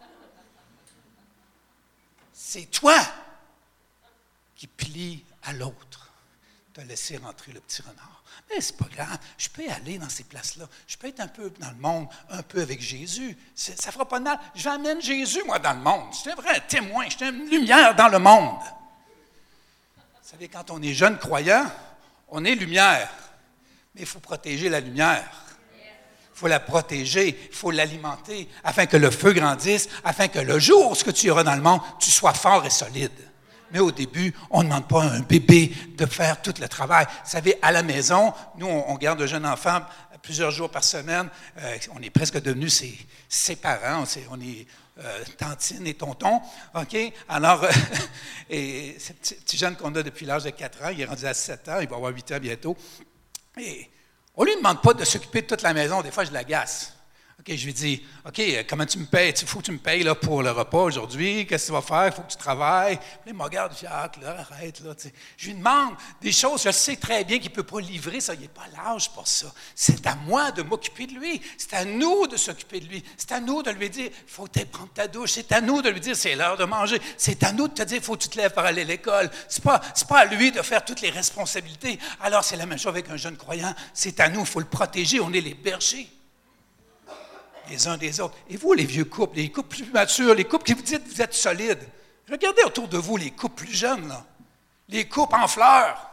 C'est toi qui plies à l'autre. Tu as laissé rentrer le petit renard. Mais c'est pas grave, je peux aller dans ces places-là. Je peux être un peu dans le monde, un peu avec Jésus. C'est, ça ne fera pas de mal. Je vais amener Jésus, moi, dans le monde. Je suis un vrai témoin, je suis une lumière dans le monde. Vous savez, quand on est jeune croyant, on est lumière. Mais il faut protéger la lumière. Il faut la protéger, il faut l'alimenter, afin que le feu grandisse, afin que le jour où ce que tu auras dans le monde, tu sois fort et solide. Mais au début, on ne demande pas à un bébé de faire tout le travail. Vous savez, à la maison, nous, on, on garde un jeune enfant plusieurs jours par semaine. Euh, on est presque devenus ses, ses parents. On, on est euh, tantine et tonton. OK? Alors, euh, et ce petit, petit jeune qu'on a depuis l'âge de quatre ans, il est rendu à sept ans, il va avoir huit ans bientôt. Et on ne lui demande pas de s'occuper de toute la maison. Des fois, je l'agace. OK, je lui dis, OK, comment tu me payes? Il faut que tu me payes là, pour le repas aujourd'hui. Qu'est-ce que tu vas faire? Il faut que tu travailles. Puis là, il me regarde, Jacques, là, arrête. Là, tu sais. Je lui demande des choses. Je sais très bien qu'il ne peut pas livrer ça. Il n'est pas l'âge pour ça. C'est à moi de m'occuper de lui. C'est à nous de s'occuper de lui. C'est à nous de lui dire, il faut que tu prendre ta douche. C'est à nous de lui dire, c'est l'heure de manger. C'est à nous de te dire, il faut que tu te lèves pour aller à l'école. Ce n'est pas, c'est pas à lui de faire toutes les responsabilités. Alors, c'est la même chose avec un jeune croyant. C'est à nous, il faut le protéger. On est les bergers. Les uns des autres. Et vous, les vieux couples, les couples plus matures, les couples qui vous dites que vous êtes solides, regardez autour de vous les couples plus jeunes, là. Les couples en fleurs.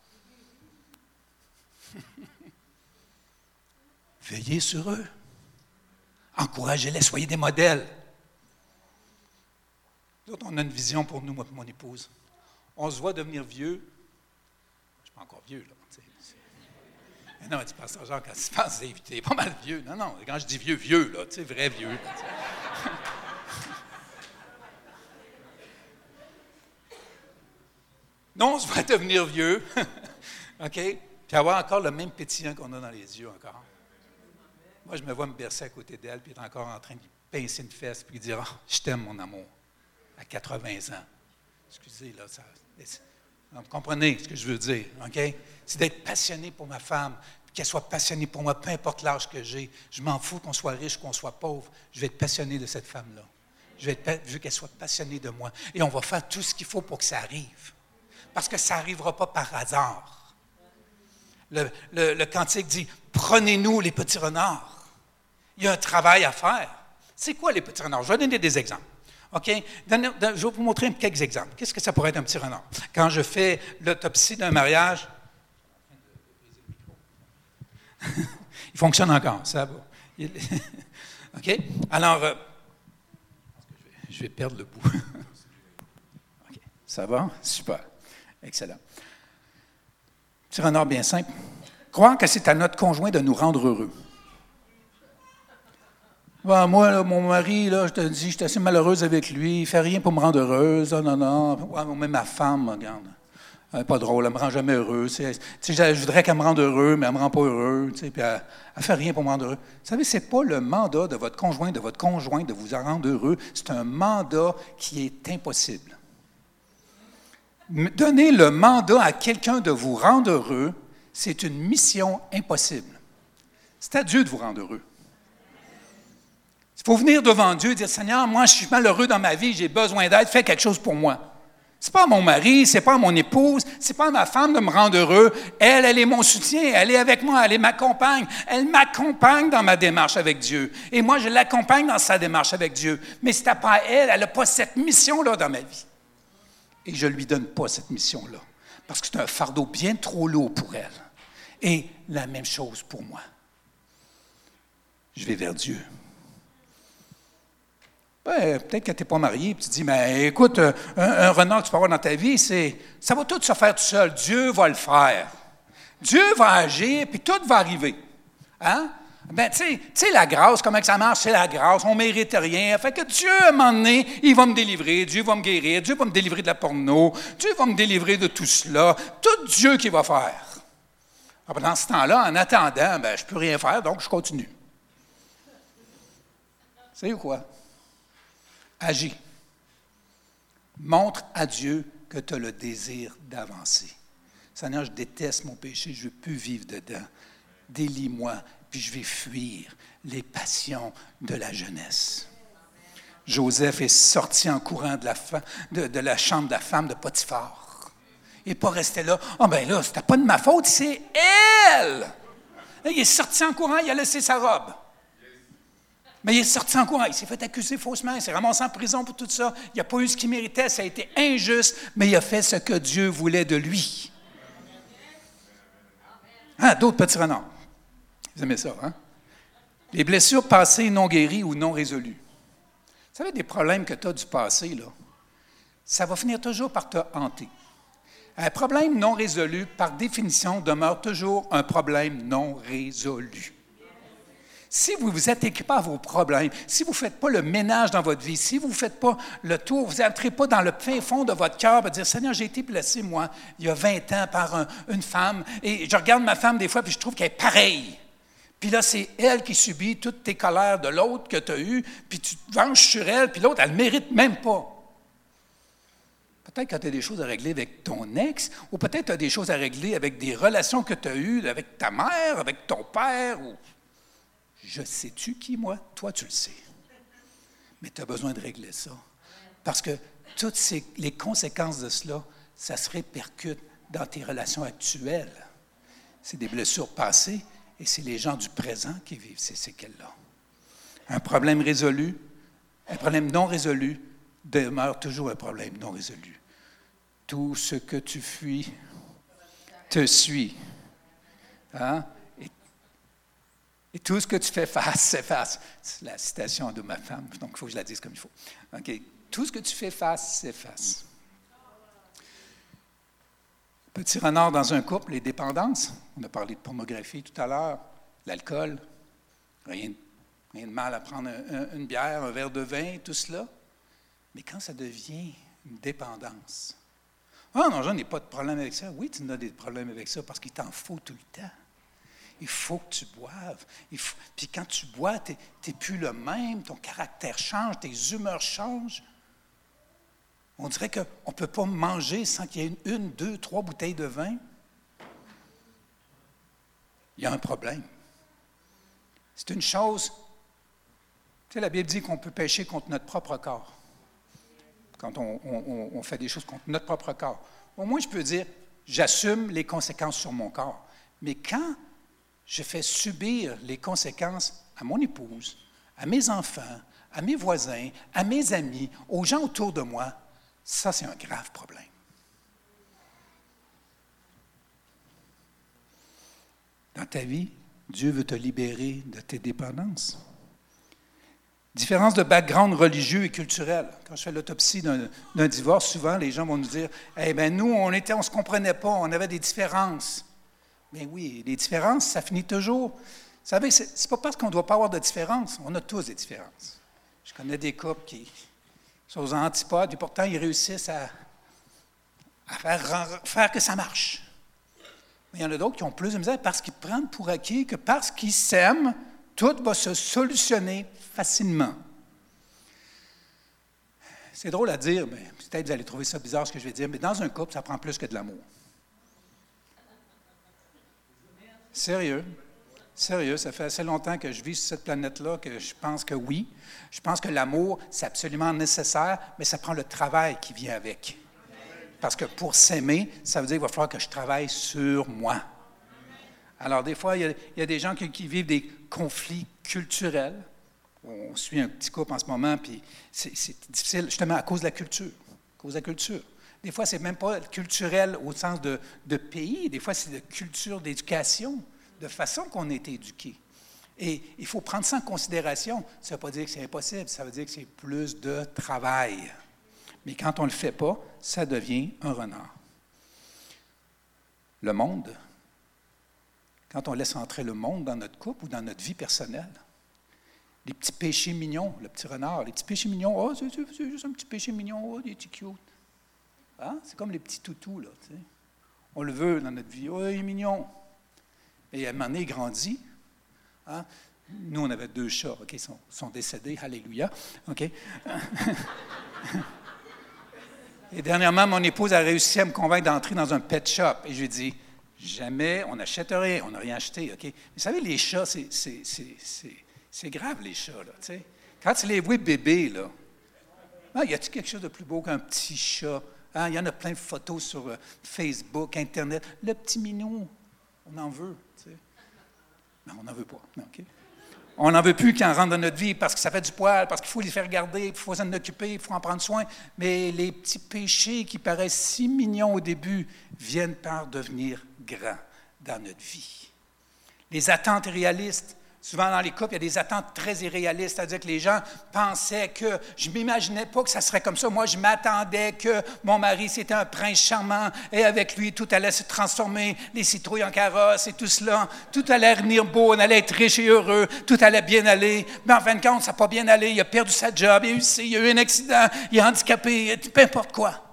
Veillez sur eux. Encouragez-les, soyez des modèles. Nous autres, on a une vision pour nous, moi et mon épouse. On se voit devenir vieux. Je ne suis pas encore vieux, là. Mais non, tu passes genre quand tu penses que t'es pas mal vieux. Non, non, quand je dis vieux, vieux, là, tu sais, vrai vieux. Là, non, on se va devenir vieux, OK? Puis avoir encore le même pétillant qu'on a dans les yeux encore. Moi, je me vois me bercer à côté d'elle, puis être encore en train de lui pincer une fesse, puis dire, oh, je t'aime, mon amour, à quatre-vingts ans. Excusez, là, ça... Vous comprenez ce que je veux dire, OK? C'est d'être passionné pour ma femme, qu'elle soit passionnée pour moi, peu importe l'âge que j'ai. Je m'en fous qu'on soit riche, qu'on soit pauvre. Je vais être passionné de cette femme-là. Je, vais être, je veux qu'elle soit passionnée de moi. Et on va faire tout ce qu'il faut pour que ça arrive. Parce que ça n'arrivera pas par hasard. Le, le, le cantique dit, prenez-nous les petits renards. Il y a un travail à faire. C'est quoi les petits renards? Je vais donner des exemples. OK? Je vais vous montrer quelques exemples. Qu'est-ce que ça pourrait être un petit renard? Quand je fais l'autopsie d'un mariage, il fonctionne encore, ça va. OK? Alors, euh, je vais perdre le bout. OK. Ça va? Super. Excellent. Petit renard bien simple. Croire que c'est à notre conjoint de nous rendre heureux. Bon, moi, là, mon mari, là, je te dis, je suis assez malheureuse avec lui. Il ne fait rien pour me rendre heureuse. Oh, non, non. Ouais, même ma femme, regarde. Elle n'est pas drôle, elle ne me rend jamais heureux. Tu sais, je voudrais qu'elle me rende heureux, mais elle ne me rend pas heureux. Tu sais, puis elle ne fait rien pour me rendre heureux. Vous savez, ce n'est pas le mandat de votre conjoint, de votre conjoint de vous rendre heureux. C'est un mandat qui est impossible. Donner le mandat à quelqu'un de vous rendre heureux, c'est une mission impossible. C'est à Dieu de vous rendre heureux. Il faut venir devant Dieu et dire, Seigneur, moi, je suis malheureux dans ma vie, j'ai besoin d'aide, fais quelque chose pour moi. Ce n'est pas à mon mari, ce n'est pas à mon épouse, ce n'est pas à ma femme de me rendre heureux. Elle, elle est mon soutien, elle est avec moi, elle m'accompagne. Elle m'accompagne dans ma démarche avec Dieu. Et moi, je l'accompagne dans sa démarche avec Dieu. Mais ce n'est pas à elle, elle n'a pas cette mission-là dans ma vie. Et je ne lui donne pas cette mission-là. Parce que c'est un fardeau bien trop lourd pour elle. Et la même chose pour moi. Je vais vers Dieu. Ben, peut-être que tu n'es pas marié, et tu te dis, mais écoute, un, un renard que tu peux avoir dans ta vie, c'est, ça va tout se faire tout seul. Dieu va le faire. Dieu va agir, puis tout va arriver. Hein? Ben, tu sais, la grâce, comment ça marche? C'est la grâce, on ne mérite rien. Fait que Dieu, à un moment donné, il va me délivrer, Dieu va me guérir, Dieu va me délivrer de la porno, Dieu va me délivrer de tout cela. Tout Dieu qui va faire. Alors, dans ce temps-là, en attendant, ben, je ne peux rien faire, donc je continue. C'est quoi? Agis. Montre à Dieu que tu as le désir d'avancer. Seigneur, je déteste mon péché, je ne veux plus vivre dedans. Délie-moi, puis je vais fuir les passions de la jeunesse. Joseph est sorti en courant de la, fa- de, de la chambre de la femme de Potiphar. Il n'est pas resté là. « Ah, ben là, c'était pas de ma faute, c'est elle! » Là, il est sorti en courant, il a laissé sa robe. Mais il est sorti en courant, il s'est fait accuser faussement, il s'est ramassé en prison pour tout ça. Il n'a pas eu ce qu'il méritait, ça a été injuste, mais il a fait ce que Dieu voulait de lui. Ah, d'autres petits renards. Vous aimez ça, hein? Les blessures passées non guéries ou non résolues. Vous savez, des problèmes que tu as du passé, là, ça va finir toujours par te hanter. Un problème non résolu, par définition, demeure toujours un problème non résolu. Si vous vous attaquez pas à vos problèmes, si vous ne faites pas le ménage dans votre vie, si vous ne faites pas le tour, vous n'entrez pas dans le fin fond de votre cœur pour dire « Seigneur, j'ai été blessé, moi, il y a vingt ans par un, une femme, et je regarde ma femme des fois, puis je trouve qu'elle est pareille. Puis là, c'est elle qui subit toutes tes colères de l'autre que tu as eues, puis tu te venges sur elle, puis l'autre, elle ne mérite même pas. Peut-être que tu as des choses à régler avec ton ex, ou peut-être tu as des choses à régler avec des relations que tu as eues avec ta mère, avec ton père, ou... Je sais-tu qui, moi? Toi, tu le sais. Mais tu as besoin de régler ça. Parce que toutes ces, les conséquences de cela, ça se répercute dans tes relations actuelles. C'est des blessures passées et c'est les gens du présent qui vivent ces séquelles-là. Un problème résolu, un problème non résolu demeure toujours un problème non résolu. Tout ce que tu fuis te suit. Hein? Et, et tout ce que tu fais face s'efface. C'est la citation de ma femme, donc il faut que je la dise comme il faut. Okay. Tout ce que tu fais face s'efface. Petit renard dans un couple, les dépendances. On a parlé de pornographie tout à l'heure, l'alcool. Rien, rien de mal à prendre un, un, une bière, un verre de vin, tout cela. Mais quand ça devient une dépendance. Ah non, j'en ai pas de problème avec ça. Oui, tu en as des problèmes avec ça parce qu'il t'en faut tout le temps. Il faut que tu boives. Il faut, puis quand tu bois, tu n'es plus le même, ton caractère change, tes humeurs changent. On dirait qu'on ne peut pas manger sans qu'il y ait une, une, deux, trois bouteilles de vin. Il y a un problème. C'est une chose, tu sais, la Bible dit qu'on peut pécher contre notre propre corps. Quand on, on, on fait des choses contre notre propre corps. Au moins, je peux dire, j'assume les conséquences sur mon corps. Mais quand je fais subir les conséquences à mon épouse, à mes enfants, à mes voisins, à mes amis, aux gens autour de moi, ça, c'est un grave problème. Dans ta vie, Dieu veut te libérer de tes dépendances. Différence de background religieux et culturel. Quand je fais l'autopsie d'un, d'un divorce, souvent, les gens vont nous dire « Eh bien, nous, on était, on ne se comprenait pas, on avait des différences. » Mais oui, les différences, ça finit toujours. Vous savez, ce n'est pas parce qu'on ne doit pas avoir de différences. On a tous des différences. Je connais des couples qui sont aux antipodes, et pourtant, ils réussissent à, à faire, faire que ça marche. Mais il y en a d'autres qui ont plus de misère parce qu'ils prennent pour acquis que parce qu'ils s'aiment, tout va se solutionner facilement. C'est drôle à dire, mais peut-être vous allez trouver ça bizarre ce que je vais dire, mais dans un couple, ça prend plus que de l'amour. Sérieux. Sérieux, ça fait assez longtemps que je vis sur cette planète-là que je pense que oui. Je pense que l'amour, c'est absolument nécessaire, mais ça prend le travail qui vient avec. Parce que pour s'aimer, ça veut dire qu'il va falloir que je travaille sur moi. Alors, des fois, il y a, il y a des gens qui, qui vivent des conflits culturels. On suit un petit couple en ce moment, puis c'est, c'est difficile justement à cause de la culture. À cause de la culture. Des fois, c'est même pas culturel au sens de, de pays. Des fois, c'est de culture, d'éducation, de façon qu'on a été éduqué. Et il faut prendre ça en considération. Ça ne veut pas dire que c'est impossible, ça veut dire que c'est plus de travail. Mais quand on ne le fait pas, ça devient un renard. Le monde, quand on laisse entrer le monde dans notre couple ou dans notre vie personnelle, les petits péchés mignons, le petit renard, les petits péchés mignons, oh, c'est, c'est, c'est juste un petit péché mignon, oh, il est cute. Hein? C'est comme les petits toutous, là, tu sais. On le veut dans notre vie, oh, il est mignon. Et à un moment donné, il grandit. Hein? Nous, on avait deux chats, OK, ils sont, sont décédés, alléluia, OK. Et dernièrement, mon épouse a réussi à me convaincre d'entrer dans un pet shop. Et je lui ai dit, jamais, on n'achète rien, on n'a rien acheté, OK. Mais vous savez, les chats, c'est, c'est, c'est, c'est, c'est grave, les chats, là, tu sais. Quand tu les vois bébés, là, ah, y a-t-il quelque chose de plus beau qu'un petit chat? Hein? Il y en a plein de photos sur euh, Facebook, Internet. Le petit minou, on en veut, tu sais. Non, on n'en veut pas, OK. On n'en veut plus qu'ils en rentrent dans notre vie parce que ça fait du poil, parce qu'il faut les faire garder, il faut s'en occuper, il faut en prendre soin. Mais les petits péchés qui paraissent si mignons au début viennent par devenir grands dans notre vie. Les attentes réalistes. Souvent, dans les couples, il y a des attentes très irréalistes, c'est-à-dire que les gens pensaient que je ne m'imaginais pas que ça serait comme ça. Moi, je m'attendais que mon mari, c'était un prince charmant et avec lui, tout allait se transformer, les citrouilles en carrosse et tout cela. Tout allait venir beau, on allait être riche et heureux, tout allait bien aller. Mais en fin de compte, ça n'a pas bien allé. Il a perdu sa job, il y a eu ci, il y a eu un accident, il est handicapé, peu importe quoi.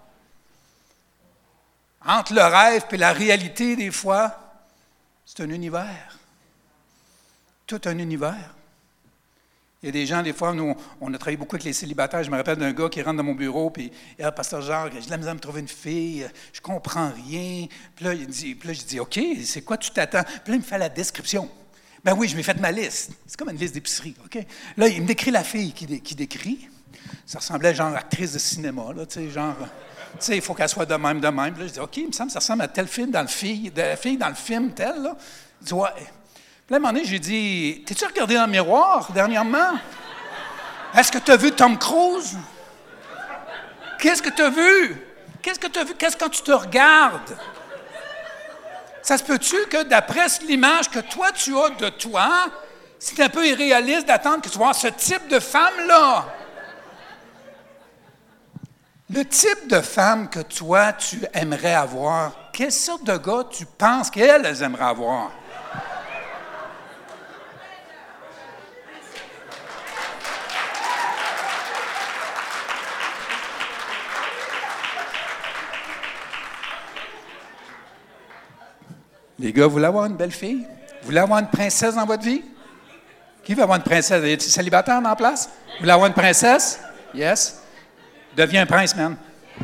Entre le rêve et la réalité, des fois, c'est un univers. tout un univers. Il y a des gens, des fois, nous, on a travaillé beaucoup avec les célibataires. Je me rappelle d'un gars qui rentre dans mon bureau, puis il dit, pasteur Jacques, j'ai de la misère à me trouver une fille, je comprends rien. Puis là, il dit, puis là je dis, OK, c'est quoi tu t'attends? Puis là, il me fait la description. Ben oui, je m'ai fait ma liste. C'est comme une liste d'épicerie, OK? Là, il me décrit la fille qui, qui décrit. Ça ressemblait genre actrice de cinéma, là, tu sais, genre, tu sais, il faut qu'elle soit de même, de même. Puis là, je dis, OK, il me semble que ça ressemble à tel film dans le film, de la fille dans le film, tel, là. Il dit, ouais. Puis là, à un moment donné, j'ai dit, t'es-tu regardé dans le miroir dernièrement? Est-ce que tu as vu Tom Cruise? Qu'est-ce que tu as vu? Qu'est-ce que tu as vu? Qu'est-ce que tu te regardes? Ça se peut-tu que d'après l'image que toi, tu as de toi, c'est un peu irréaliste d'attendre que tu vois ce type de femme-là? Le type de femme que toi, tu aimerais avoir, quelle sorte de gars tu penses qu'elles elles aimeraient avoir? Les gars, vous voulez avoir une belle fille? Vous voulez avoir une princesse dans votre vie? Qui veut avoir une princesse? Y a-t-il célibataire dans la place? Vous voulez avoir une princesse? Yes. Deviens un prince, man.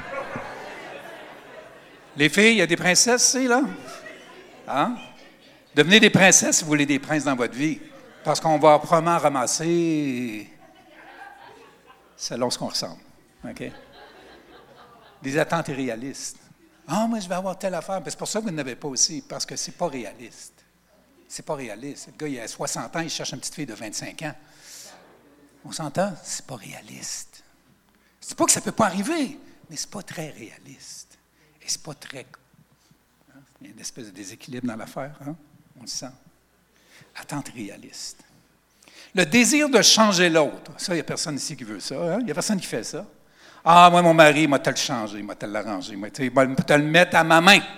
Les filles, il y a des princesses, c'est là? Hein? Devenez des princesses si vous voulez des princes dans votre vie. Parce qu'on va probablement ramasser selon ce qu'on ressemble. OK? Des attentes irréalistes. Ah, moi, je vais avoir telle affaire. C'est pour ça que vous n'avez pas aussi, parce que c'est pas réaliste. C'est pas réaliste. Le gars, il a soixante ans, il cherche une petite fille de vingt-cinq ans. On s'entend? C'est pas réaliste. C'est pas que ça peut pas arriver, mais c'est pas très réaliste. Et c'est pas très... Hein? Il y a une espèce de déséquilibre dans l'affaire, hein? On le sent. Attente réaliste. Le désir de changer l'autre. Ça, il n'y a personne ici qui veut ça. Hein? Il n'y a personne qui fait ça. Ah, moi, mon mari, il m'a te le changer, il m'a te l'arranger, il m'a te le mettre à ma main.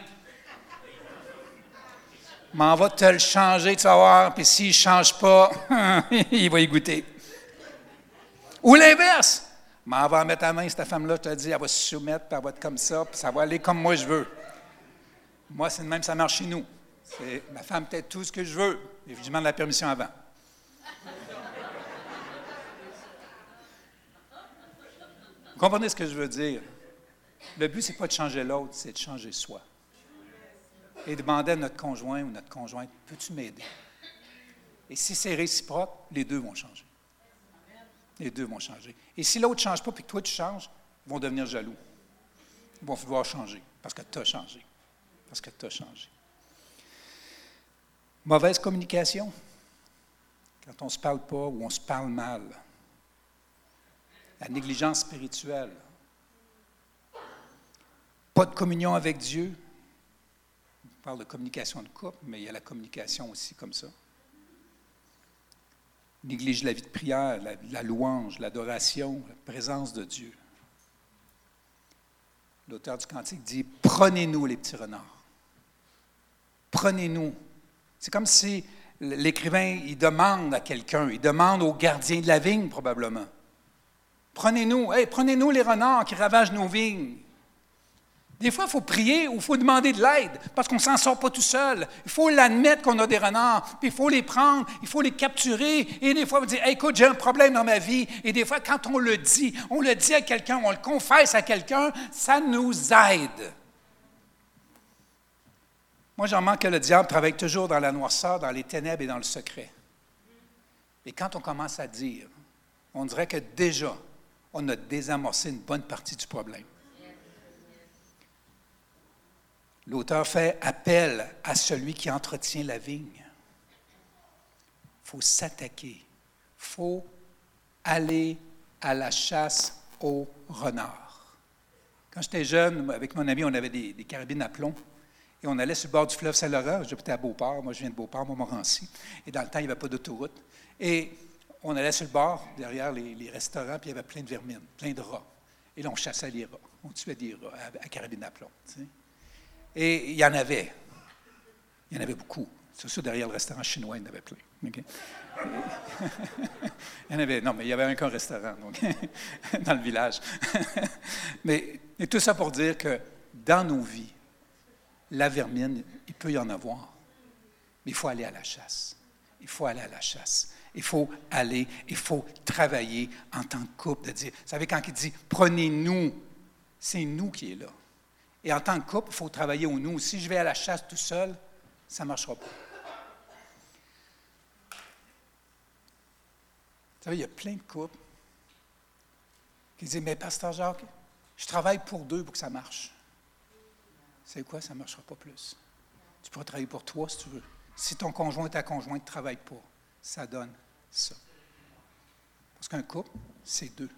M'en va te le changer, tu vas voir, puis s'il ne change pas, il va y goûter. Ou l'inverse. M'en va mettre à main, cette femme-là, je te dis, elle va se soumettre, puis elle va être comme ça, puis ça va aller comme moi je veux. Moi, c'est de même, ça marche chez nous. C'est, ma femme peut être tout ce que je veux, et je demande la permission avant. Vous comprenez ce que je veux dire? Le but, ce n'est pas de changer l'autre, c'est de changer soi. Et demander à notre conjoint ou notre conjointe, peux-tu m'aider? Et si c'est réciproque, les deux vont changer. Les deux vont changer. Et si l'autre ne change pas, puis que toi, tu changes, ils vont devenir jaloux. Ils vont vouloir changer, parce que tu as changé. Parce que tu as changé. Mauvaise communication. Quand on ne se parle pas ou on se parle mal. La négligence spirituelle. Pas de communion avec Dieu. On parle de communication de couple, mais il y a la communication aussi comme ça. Néglige la vie de prière, la, la louange, l'adoration, la présence de Dieu. L'auteur du cantique dit « Prenez-nous les petits renards. Prenez-nous. » C'est comme si l'écrivain, il demande à quelqu'un, il demande au gardien de la vigne probablement. Prenez-nous, hey, prenez-nous les renards qui ravagent nos vignes. Des fois, il faut prier ou il faut demander de l'aide parce qu'on ne s'en sort pas tout seul. Il faut l'admettre qu'on a des renards, puis il faut les prendre, il faut les capturer. Et des fois, on dit hey, « Écoute, j'ai un problème dans ma vie. » Et des fois, quand on le dit, on le dit à quelqu'un, on le confesse à quelqu'un, ça nous aide. Moi, j'en manque que le diable travaille toujours dans la noirceur, dans les ténèbres et dans le secret. Et quand on commence à dire, on dirait que déjà, on a désamorcé une bonne partie du problème. L'auteur fait appel à celui qui entretient la vigne. Il faut s'attaquer. Il faut aller à la chasse aux renards. Quand j'étais jeune, avec mon ami, on avait des, des carabines à plomb. Et on allait sur le bord du fleuve Saint-Laurent. J'habitais à Beauport. Moi, je viens de Beauport, Montmorency. Et dans le temps, il n'y avait pas d'autoroute. Et on allait sur le bord, derrière les, les restaurants, puis il y avait plein de vermines, plein de rats. Et là, on chassait les rats. On tuait des rats à, à carabine à plomb. Tu sais. Et il y en avait. Il y en avait beaucoup. C'est sûr, derrière le restaurant chinois, il y en avait plein. Okay? Il y en avait, non, mais il n'y avait un qu'un restaurant, donc, dans le village. mais, mais tout ça pour dire que dans nos vies, la vermine, il peut y en avoir. Mais il faut aller à la chasse. il faut aller à la chasse. Il faut aller, il faut travailler en tant que couple, de dire, vous savez, quand il dit « prenez-nous », c'est nous qui est là. Et en tant que couple, il faut travailler au nous. Si je vais à la chasse tout seul, ça ne marchera pas. Vous savez, il y a plein de couples qui disent « mais pasteur Jacques, je travaille pour deux pour que ça marche. » C'est quoi? Ça ne marchera pas plus. Tu pourras travailler pour toi si tu veux. Si ton conjoint et ta conjointe ne travaillent pas, ça donne ça. Parce qu'un couple, c'est deux.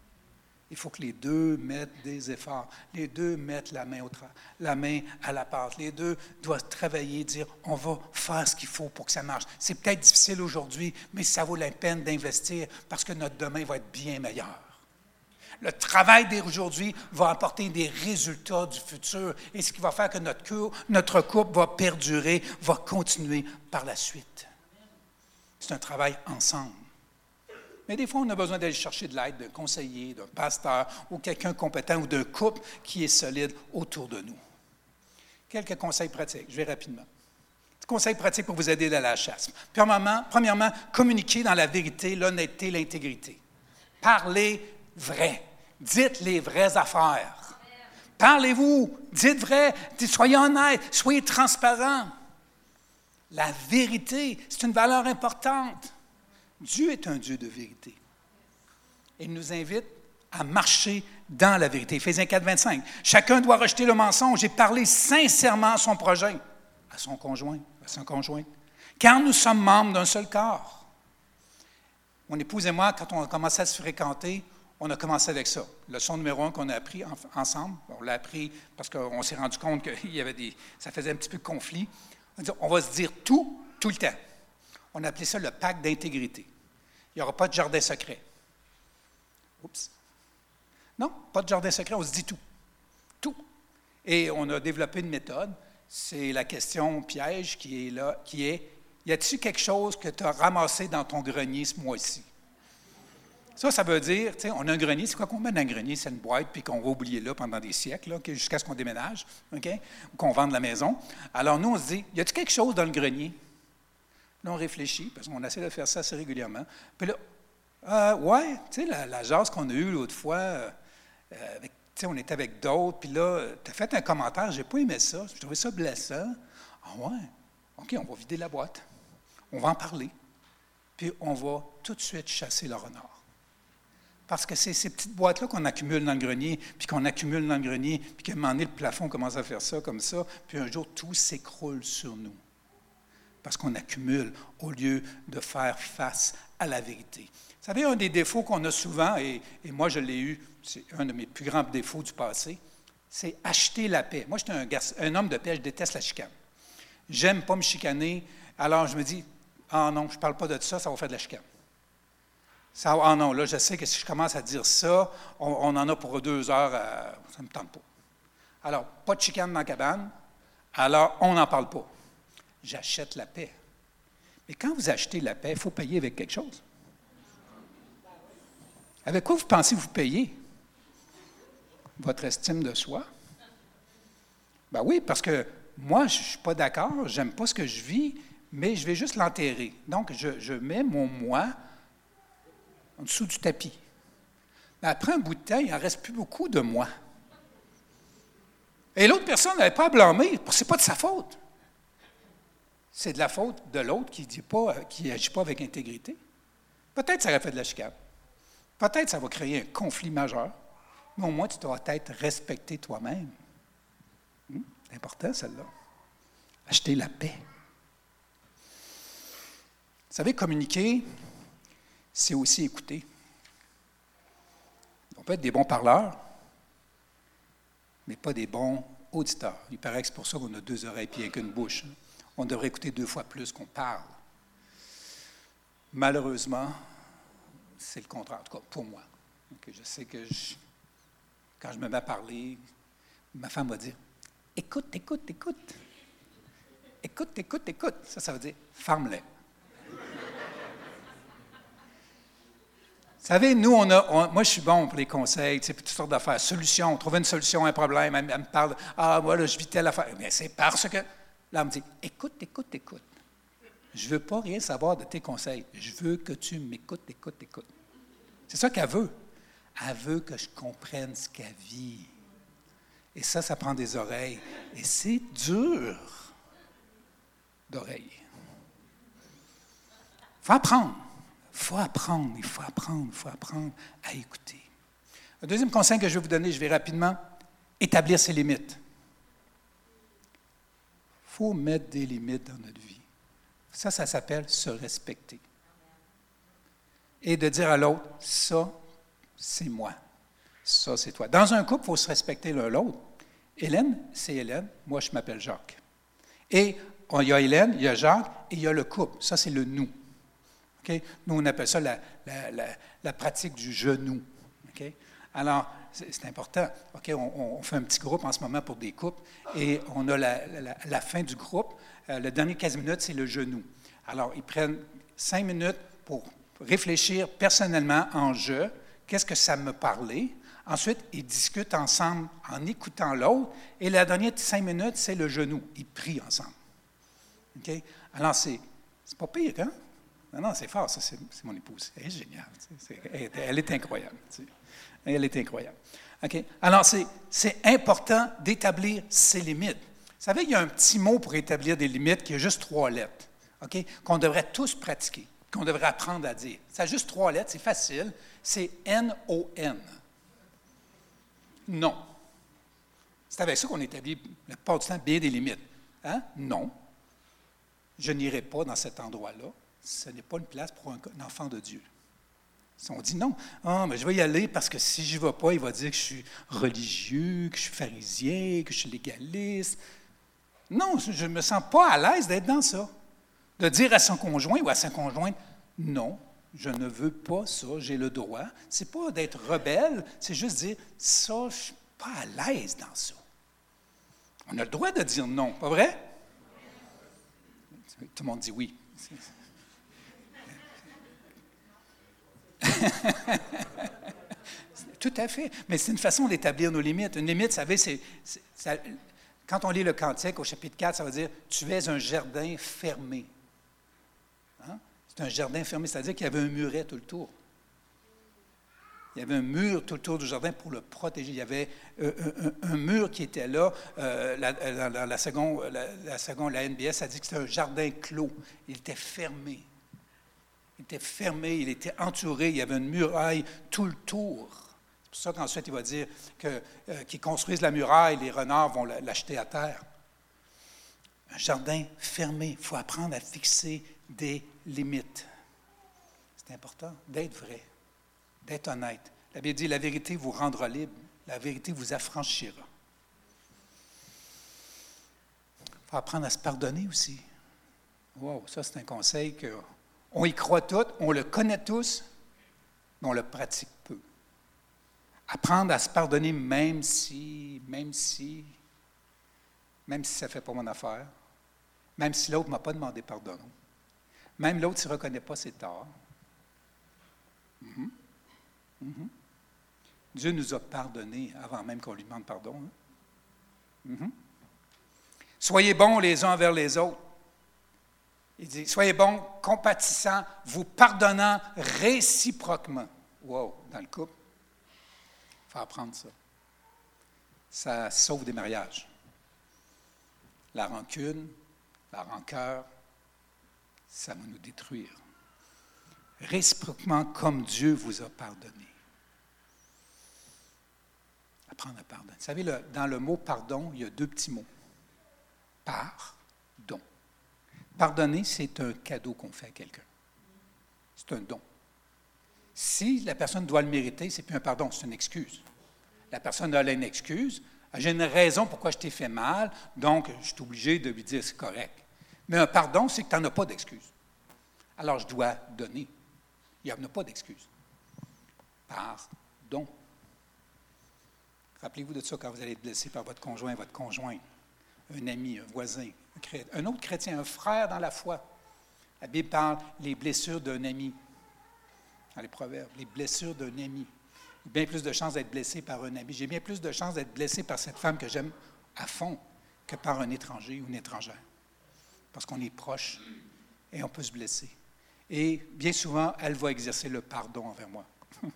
Il faut que les deux mettent des efforts. Les deux mettent la main, au tra- la main à la pâte. Les deux doivent travailler, dire « on va faire ce qu'il faut pour que ça marche ». C'est peut-être difficile aujourd'hui, mais ça vaut la peine d'investir parce que notre demain va être bien meilleur. Le travail d'aujourd'hui va apporter des résultats du futur et ce qui va faire que notre couple, notre couple va perdurer, va continuer par la suite. C'est un travail ensemble. Mais des fois, on a besoin d'aller chercher de l'aide d'un conseiller, d'un pasteur ou quelqu'un compétent ou d'un couple qui est solide autour de nous. Quelques conseils pratiques, je vais rapidement. Conseils pratiques pour vous aider à la chasse. Premièrement, premièrement, communiquez dans la vérité, l'honnêteté, l'intégrité. Parlez vrai. Dites les vraies affaires. Parlez-vous. Dites vrai. Soyez honnête. Soyez transparent. La vérité, c'est une valeur importante. Dieu est un Dieu de vérité. Il nous invite à marcher dans la vérité. Éphésiens quatre, vingt-cinq. Chacun doit rejeter le mensonge et parler sincèrement à son prochain, à son conjoint, à son conjoint. Car nous sommes membres d'un seul corps. Mon épouse et moi, quand on a commencé à se fréquenter, on a commencé avec ça. Leçon numéro un qu'on a appris en, ensemble. On l'a appris parce qu'on s'est rendu compte que il y avait des, ça faisait un petit peu de conflit. On, dit, on va se dire tout, tout le temps. On a appelé ça le pacte d'intégrité. Il n'y aura pas de jardin secret. Oups. Non, pas de jardin secret, on se dit tout. Tout. Et on a développé une méthode. C'est la question piège qui est là, qui est, y a-t-il quelque chose que tu as ramassé dans ton grenier ce mois-ci? Ça, ça veut dire, tu sais, on a un grenier, c'est quoi qu'on met dans un grenier? C'est une boîte, puis qu'on va oublier là pendant des siècles, là, jusqu'à ce qu'on déménage, OK? Ou qu'on vende la maison. Alors, nous, on se dit, y a-t-il quelque chose dans le grenier? Là, on réfléchit, parce qu'on essaie de faire ça assez régulièrement. Puis là, euh, ouais, tu sais, la, la jase qu'on a eue l'autre fois, euh, avec, tu sais, on était avec d'autres, puis là, tu as fait un commentaire, j'ai pas aimé ça, je trouvais ça blessant. Ah ouais, OK, on va vider la boîte. On va en parler. Puis on va tout de suite chasser le renard. Parce que c'est ces petites boîtes-là qu'on accumule dans le grenier, puis qu'on accumule dans le grenier, puis qu'à un moment donné, le plafond commence à faire ça, comme ça, puis un jour, tout s'écroule sur nous. Parce qu'on accumule au lieu de faire face à la vérité. Vous savez, un des défauts qu'on a souvent, et, et moi je l'ai eu, c'est un de mes plus grands défauts du passé, c'est acheter la paix. Moi, j'étais un, garçon, un homme de paix, je déteste la chicane. J'aime pas me chicaner, alors je me dis, ah non, je ne parle pas de ça, ça va faire de la chicane. Ça, ah non, là, je sais que si je commence à dire ça, on, on en a pour deux heures, à, ça ne me tente pas. Alors, pas de chicane dans la cabane, alors on n'en parle pas. J'achète la paix. Mais quand vous achetez la paix, il faut payer avec quelque chose. Avec quoi vous pensez vous payer? Votre estime de soi? Ben oui, parce que moi, je ne suis pas d'accord, je n'aime pas ce que je vis, mais je vais juste l'enterrer. Donc, je, je mets mon moi en dessous du tapis. Mais après un bout de temps, il n'en reste plus beaucoup de moi. Et l'autre personne n'avait pas à blâmer, ce n'est pas de sa faute. C'est de la faute de l'autre qui dit pas, qui n'agit pas avec intégrité. Peut-être que ça aurait fait de la chicane. Peut-être que ça va créer un conflit majeur, mais au moins tu dois être respecté toi-même. Hum, c'est important, celle-là. Acheter la paix. Vous savez, communiquer, c'est aussi écouter. On peut être des bons parleurs, mais pas des bons auditeurs. Il paraît que c'est pour ça qu'on a deux oreilles et qu'une bouche. On devrait écouter deux fois plus qu'on parle. Malheureusement, c'est le contraire, en tout cas pour moi. Donc, je sais que je, quand je me mets à parler, ma femme va dire « Écoute, écoute, écoute. Écoute, écoute, écoute. » Ça, ça veut dire « Ferme-les. » Vous savez, nous, on a, on, moi, je suis bon pour les conseils, tu sais, toutes sortes d'affaires. Solution, trouver une solution à un problème. Elle, elle me parle « Ah, moi, là, je vis telle affaire. » Mais c'est parce que... Là, elle me dit, écoute, écoute, écoute. Je ne veux pas rien savoir de tes conseils. Je veux que tu m'écoutes, écoutes, écoutes. C'est ça qu'elle veut. Elle veut que je comprenne ce qu'elle vit. Et ça, ça prend des oreilles. Et c'est dur d'oreilles. Il faut apprendre. Il faut apprendre, il faut apprendre, il faut apprendre à écouter. Le deuxième conseil que je vais vous donner, je vais rapidement établir ses limites. Il faut mettre des limites dans notre vie. Ça, ça s'appelle se respecter. Et de dire à l'autre, ça, c'est moi. Ça, c'est toi. Dans un couple, il faut se respecter l'un l'autre. Hélène, c'est Hélène. Moi, je m'appelle Jacques. Et il y a Hélène, il y a Jacques, et il y a le couple. Ça, c'est le nous. Okay? Nous, on appelle ça la, la, la, la pratique du genou. Okay? Alors, c'est, c'est important. Okay? On, on fait un petit groupe en ce moment pour des couples, et on a la, la, la fin du groupe. Euh, le dernier quinze minutes, c'est le genou. Alors, ils prennent cinq minutes pour réfléchir personnellement en jeu. Qu'est-ce que ça me parlait? Ensuite, ils discutent ensemble en écoutant l'autre. Et la dernière cinq minutes, c'est le genou. Ils prient ensemble. Okay? Alors, c'est, c'est pas pire, hein? Non, non, c'est fort, ça, c'est, c'est mon épouse. Elle est géniale. C'est, elle, elle est incroyable. Elle est incroyable. Okay? Alors, c'est, c'est important d'établir ses limites. Vous savez, il y a un petit mot pour établir des limites qui a juste trois lettres, okay? Qu'on devrait tous pratiquer, qu'on devrait apprendre à dire. Ça a juste trois lettres, c'est facile. C'est N O N. Non. C'est avec ça qu'on établit la plupart du temps bien des limites. Hein? Non. Je n'irai pas dans cet endroit-là. Ce n'est pas une place pour un, un enfant de Dieu. Si on dit non, ah, mais je vais y aller parce que si je n'y vais pas, il va dire que je suis religieux, que je suis pharisien, que je suis légaliste. Non, je ne me sens pas à l'aise d'être dans ça. De dire à son conjoint ou à sa conjointe, non, je ne veux pas ça, j'ai le droit. Ce n'est pas d'être rebelle, c'est juste dire, ça, je ne suis pas à l'aise dans ça. On a le droit de dire non, pas vrai? Tout le monde dit oui. Tout à fait. Mais c'est une façon d'établir nos limites. Une limite, vous savez, c'est, c'est ça, quand on lit le Cantique au chapitre quatre, ça veut dire « Tu es un jardin fermé ». Hein? C'est un jardin fermé, c'est-à-dire qu'il y avait un muret tout le tour. Il y avait un mur tout autour du jardin pour le protéger. Il y avait un, un, un mur qui était là. Euh, la, la, la, la, seconde, la, la seconde, la N B S, a dit que c'était un jardin clos. Il était fermé. Il était fermé, il était entouré. Il y avait une muraille tout le tour. C'est pour ça qu'ensuite, il va dire que, euh, qu'ils construisent la muraille, les renards vont l'acheter à terre. Un jardin fermé. Il faut apprendre à fixer des limites. C'est important d'être vrai. D'être honnête. La Bible dit, la vérité vous rendra libre, la vérité vous affranchira. Il faut apprendre à se pardonner aussi. Wow, ça c'est un conseil qu'on y croit tous, on le connaît tous, mais on le pratique peu. Apprendre à se pardonner même si, même si, même si ça ne fait pas mon affaire, même si l'autre ne m'a pas demandé pardon, même l'autre s'il ne reconnaît pas ses torts. Mm-hmm. Mm-hmm. Dieu nous a pardonné avant même qu'on lui demande pardon. Hein? Mm-hmm. Soyez bons les uns envers les autres. Il dit, soyez bons, compatissants, vous pardonnant réciproquement. Wow, dans le couple, il faut apprendre ça. Ça sauve des mariages. La rancune, la rancœur, ça va nous détruire. Réciproquement comme Dieu vous a pardonné. Apprendre à pardonner. Vous savez, le, dans le mot pardon, il y a deux petits mots. Pardon. Pardonner, c'est un cadeau qu'on fait à quelqu'un. C'est un don. Si la personne doit le mériter, ce n'est plus un pardon, c'est une excuse. La personne a une excuse. J'ai une raison pourquoi je t'ai fait mal, donc je suis obligé de lui dire c'est correct. Mais un pardon, c'est que tu n'en as pas d'excuse. Alors je dois donner. Il n'y en a pas d'excuse. Pardon. Rappelez-vous de ça quand vous allez être blessé par votre conjoint, votre conjointe, un ami, un voisin, un, chrétien, un autre chrétien, un frère dans la foi. La Bible parle des blessures d'un ami. Dans les Proverbes, les blessures d'un ami. J'ai bien plus de chances d'être blessé par un ami. J'ai bien plus de chances d'être blessé par cette femme que j'aime à fond que par un étranger ou une étrangère. Parce qu'on est proche et on peut se blesser. Et bien souvent, elle va exercer le pardon envers moi.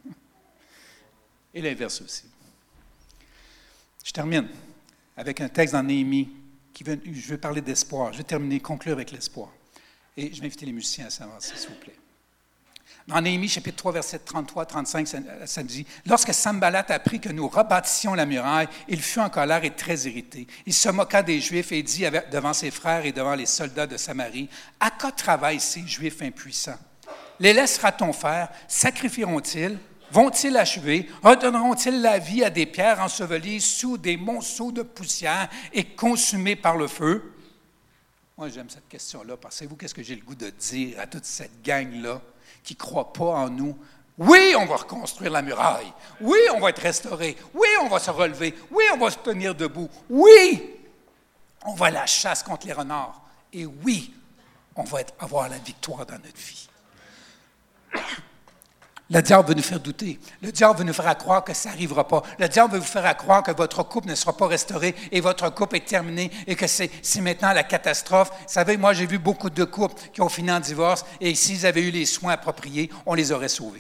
Et l'inverse aussi. Je termine avec un texte dans Néhémie qui veut, je vais parler d'espoir. Je vais terminer, conclure avec l'espoir. Et je vais inviter les musiciens à s'avancer, s'il vous plaît. Dans Néhémie, chapitre trois, versets trente-trois à trente-cinq, ça, ça dit « Lorsque Sanballat apprit que nous rebâtissions la muraille, il fut en colère et très irrité. Il se moqua des Juifs et dit avec, devant ses frères et devant les soldats de Samarie, « À quoi travaillent ces Juifs impuissants? Les laissera-t-on faire? Sacrifieront-ils? Vont-ils achever? Redonneront-ils la vie à des pierres ensevelies sous des monceaux de poussière et consumées par le feu? » Moi, j'aime cette question-là. Pensez-vous qu'est-ce que j'ai le goût de dire à toute cette gang-là qui ne croient pas en nous? Oui, on va reconstruire la muraille. Oui, on va être restauré. Oui, on va se relever. Oui, on va se tenir debout. Oui, on va à la chasse contre les renards. Et oui, on va être, avoir la victoire dans notre vie. Le diable veut nous faire douter. Le diable veut nous faire croire que ça n'arrivera pas. Le diable veut vous faire croire que votre couple ne sera pas restauré et votre couple est terminé et que c'est, c'est maintenant la catastrophe. Vous savez, moi, j'ai vu beaucoup de couples qui ont fini en divorce et s'ils avaient eu les soins appropriés, on les aurait sauvés.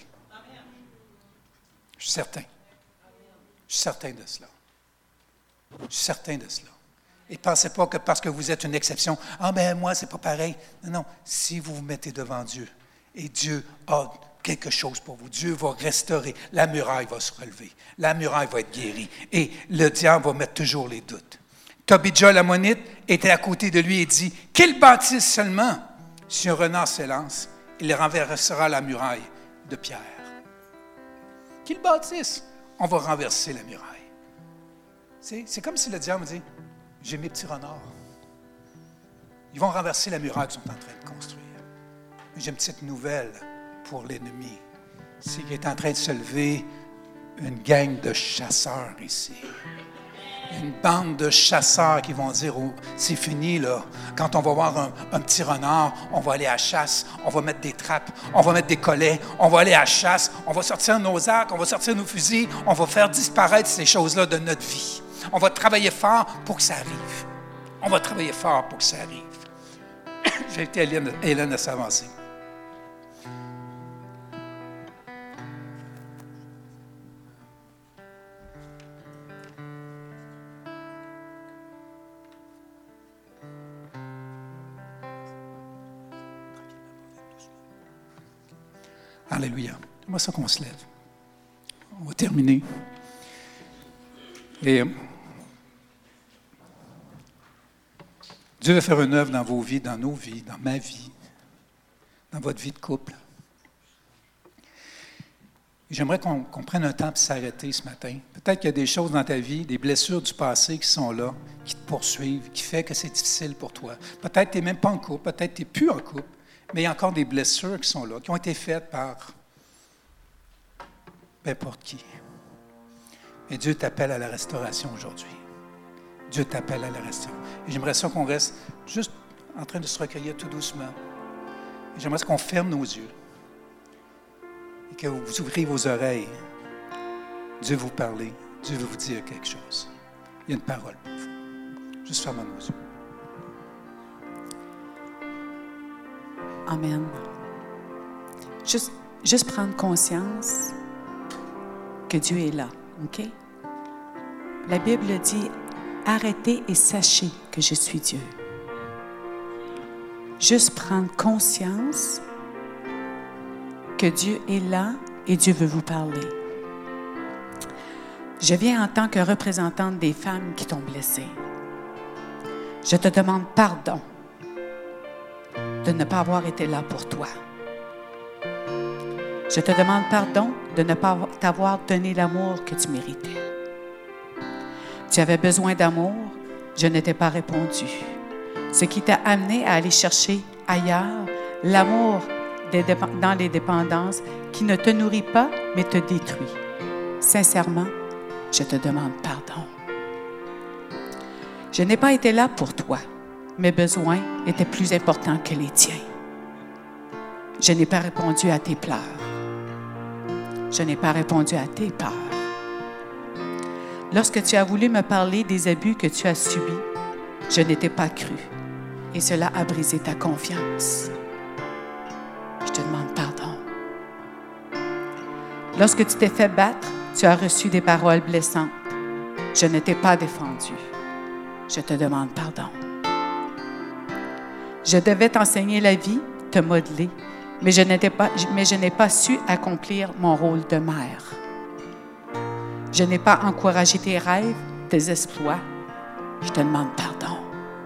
Je suis certain. Je suis certain de cela. Je suis certain de cela. Et ne pensez pas que parce que vous êtes une exception, « Ah, ben moi, c'est pas pareil. » Non, non. Si vous vous mettez devant Dieu et Dieu a quelque chose pour vous. Dieu va restaurer. La muraille va se relever. La muraille va être guérie. Et le diable va mettre toujours les doutes. Tobijah l'Ammonite était à côté de lui et dit, « Qu'il bâtisse seulement. Si un renard s'élance, il renversera la muraille de pierre. » Qu'il bâtisse. On va renverser la muraille. C'est, c'est comme si le diable me dit, « J'ai mes petits renards. Ils vont renverser la muraille qu'ils sont en train de construire. Mais j'ai une petite nouvelle pour l'ennemi, c'est qu'il est en train de se lever une gang de chasseurs ici. Une bande de chasseurs qui vont dire, oh, c'est fini là, quand on va voir un, un petit renard, on va aller à la chasse, on va mettre des trappes, on va mettre des collets, on va aller à la chasse, on va sortir nos arcs, on va sortir nos fusils, on va faire disparaître ces choses-là de notre vie. On va travailler fort pour que ça arrive. On va travailler fort pour que ça arrive. J'ai invité Hélène, Hélène à s'avancer. Alléluia. J'aimerais ça qu'on se lève. On va terminer. Et Dieu va faire une œuvre dans vos vies, dans nos vies, dans ma vie, dans votre vie de couple. Et j'aimerais qu'on, qu'on prenne un temps pour s'arrêter ce matin. Peut-être qu'il y a des choses dans ta vie, des blessures du passé qui sont là, qui te poursuivent, qui font que c'est difficile pour toi. Peut-être que tu n'es même pas en couple, peut-être que tu n'es plus en couple. Mais il y a encore des blessures qui sont là, qui ont été faites par n'importe qui. Et Dieu t'appelle à la restauration aujourd'hui. Dieu t'appelle à la restauration. Et j'aimerais ça qu'on reste juste en train de se recueillir tout doucement. Et j'aimerais ça qu'on ferme nos yeux. Et que vous ouvriez vos oreilles. Dieu vous parler. Dieu veut vous dire quelque chose. Il y a une parole pour vous. Juste fermez nos yeux. Amen. Juste, juste prendre conscience que Dieu est là, OK? La Bible dit, « Arrêtez et sachez que je suis Dieu. » Juste prendre conscience que Dieu est là et Dieu veut vous parler. Je viens en tant que représentante des femmes qui t'ont blessée. Je te demande pardon de ne pas avoir été là pour toi. Je te demande pardon de ne pas t'avoir donné l'amour que tu méritais. Tu avais besoin d'amour, je ne t'ai pas répondu. Ce qui t'a amené à aller chercher ailleurs l'amour des dép- dans les dépendances qui ne te nourrit pas, mais te détruit. Sincèrement, je te demande pardon. Je n'ai pas été là pour toi. Mes besoins étaient plus importants que les tiens. Je n'ai pas répondu à tes pleurs. Je n'ai pas répondu à tes peurs. Lorsque tu as voulu me parler des abus que tu as subis, je ne t'ai pas cru. Et cela a brisé ta confiance. Lorsque tu t'es fait battre, tu as reçu des paroles blessantes. Je ne t'ai pas défendu. Je te demande pardon. Je devais t'enseigner la vie, te modeler, mais je n'étais pas, mais je n'ai pas su accomplir mon rôle de mère. Je n'ai pas encouragé tes rêves, tes exploits. Je te demande pardon.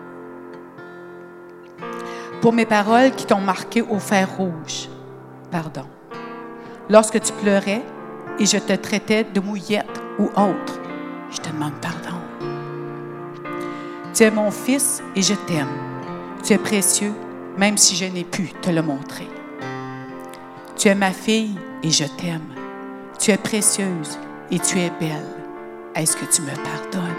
Pour mes paroles qui t'ont marqué au fer rouge, pardon. Lorsque tu pleurais et je te traitais de mouillette ou autre, je te demande pardon. Tu es mon fils et je t'aime. Tu es précieux, même si je n'ai pu te le montrer. Tu es ma fille et je t'aime. Tu es précieuse et tu es belle. Est-ce que tu me pardonnes?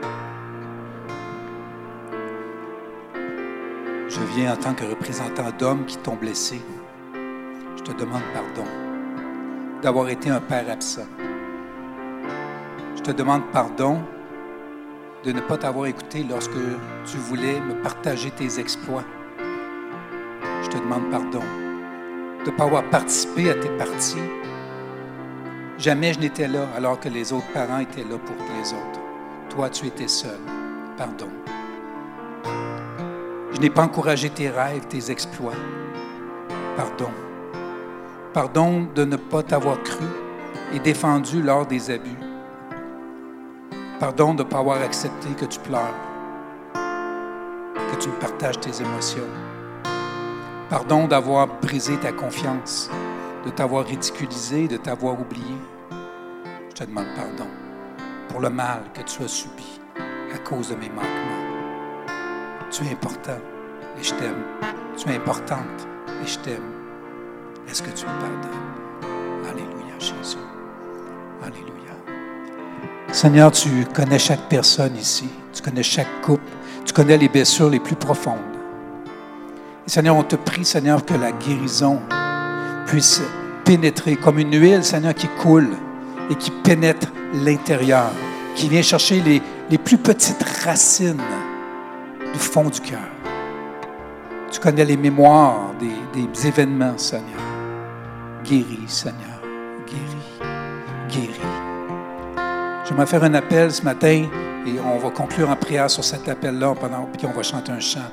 Je viens en tant que représentant d'hommes qui t'ont blessé. Je te demande pardon d'avoir été un père absent. Je te demande pardon de ne pas t'avoir écouté lorsque tu voulais me partager tes exploits. Je te demande pardon de ne pas avoir participé à tes parties. Jamais je n'étais là alors que les autres parents étaient là pour les autres. Toi, tu étais seul. Pardon. Je n'ai pas encouragé tes rêves, tes exploits. Pardon. Pardon de ne pas t'avoir cru et défendu lors des abus. Pardon de ne pas avoir accepté que tu pleures, que tu me partages tes émotions. Pardon d'avoir brisé ta confiance, de t'avoir ridiculisé, de t'avoir oublié. Je te demande pardon pour le mal que tu as subi à cause de mes manquements. Tu es important et je t'aime. Tu es importante et je t'aime. Est-ce que tu me pardonnes? Alléluia, Jésus. Alléluia. Seigneur, tu connais chaque personne ici. Tu connais chaque couple. Tu connais les blessures les plus profondes. Et Seigneur, on te prie, Seigneur, que la guérison puisse pénétrer comme une huile, Seigneur, qui coule et qui pénètre l'intérieur, qui vient chercher les, les plus petites racines du fond du cœur. Tu connais les mémoires des, des événements, Seigneur. Guéris, Seigneur. Guéris. Guéris. J'aimerais faire un appel ce matin et on va conclure en prière sur cet appel-là pendant puis on va chanter un chant.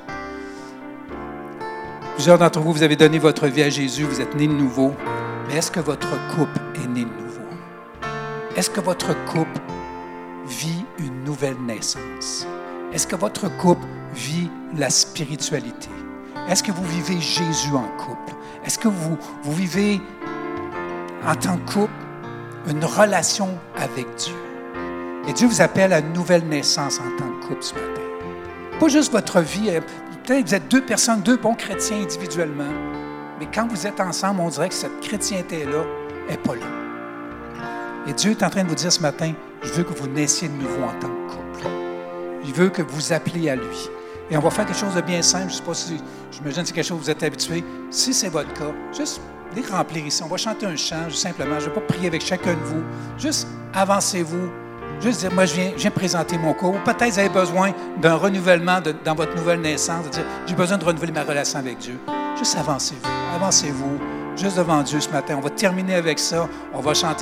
Plusieurs d'entre vous, vous avez donné votre vie à Jésus, vous êtes nés de nouveau. Mais est-ce que votre couple est né de nouveau? Est-ce que votre couple vit une nouvelle naissance? Est-ce que votre couple vit la spiritualité? Est-ce que vous vivez Jésus en couple? Est-ce que vous, vous vivez en tant que couple une relation avec Dieu? Et Dieu vous appelle à une nouvelle naissance en tant que couple ce matin. Pas juste votre vie. Peut-être que vous êtes deux personnes, deux bons chrétiens individuellement. Mais quand vous êtes ensemble, on dirait que cette chrétienté-là n'est pas là. Et Dieu est en train de vous dire ce matin, je veux que vous naissiez de nouveau en tant que couple. Je veux que vous appeliez à lui. Et on va faire quelque chose de bien simple. Je ne sais pas si, j'imagine que c'est quelque chose que vous êtes habitué. Si c'est votre cas, juste les remplir ici. On va chanter un chant, juste simplement. Je ne vais pas prier avec chacun de vous. Juste avancez-vous. Juste dire, moi, je viens, je viens présenter mon cas. Ou peut-être vous avez besoin d'un renouvellement de, dans votre nouvelle naissance. De dire, j'ai besoin de renouveler ma relation avec Dieu. Juste avancez-vous. Avancez-vous. Juste devant Dieu ce matin. On va terminer avec ça. On va chanter.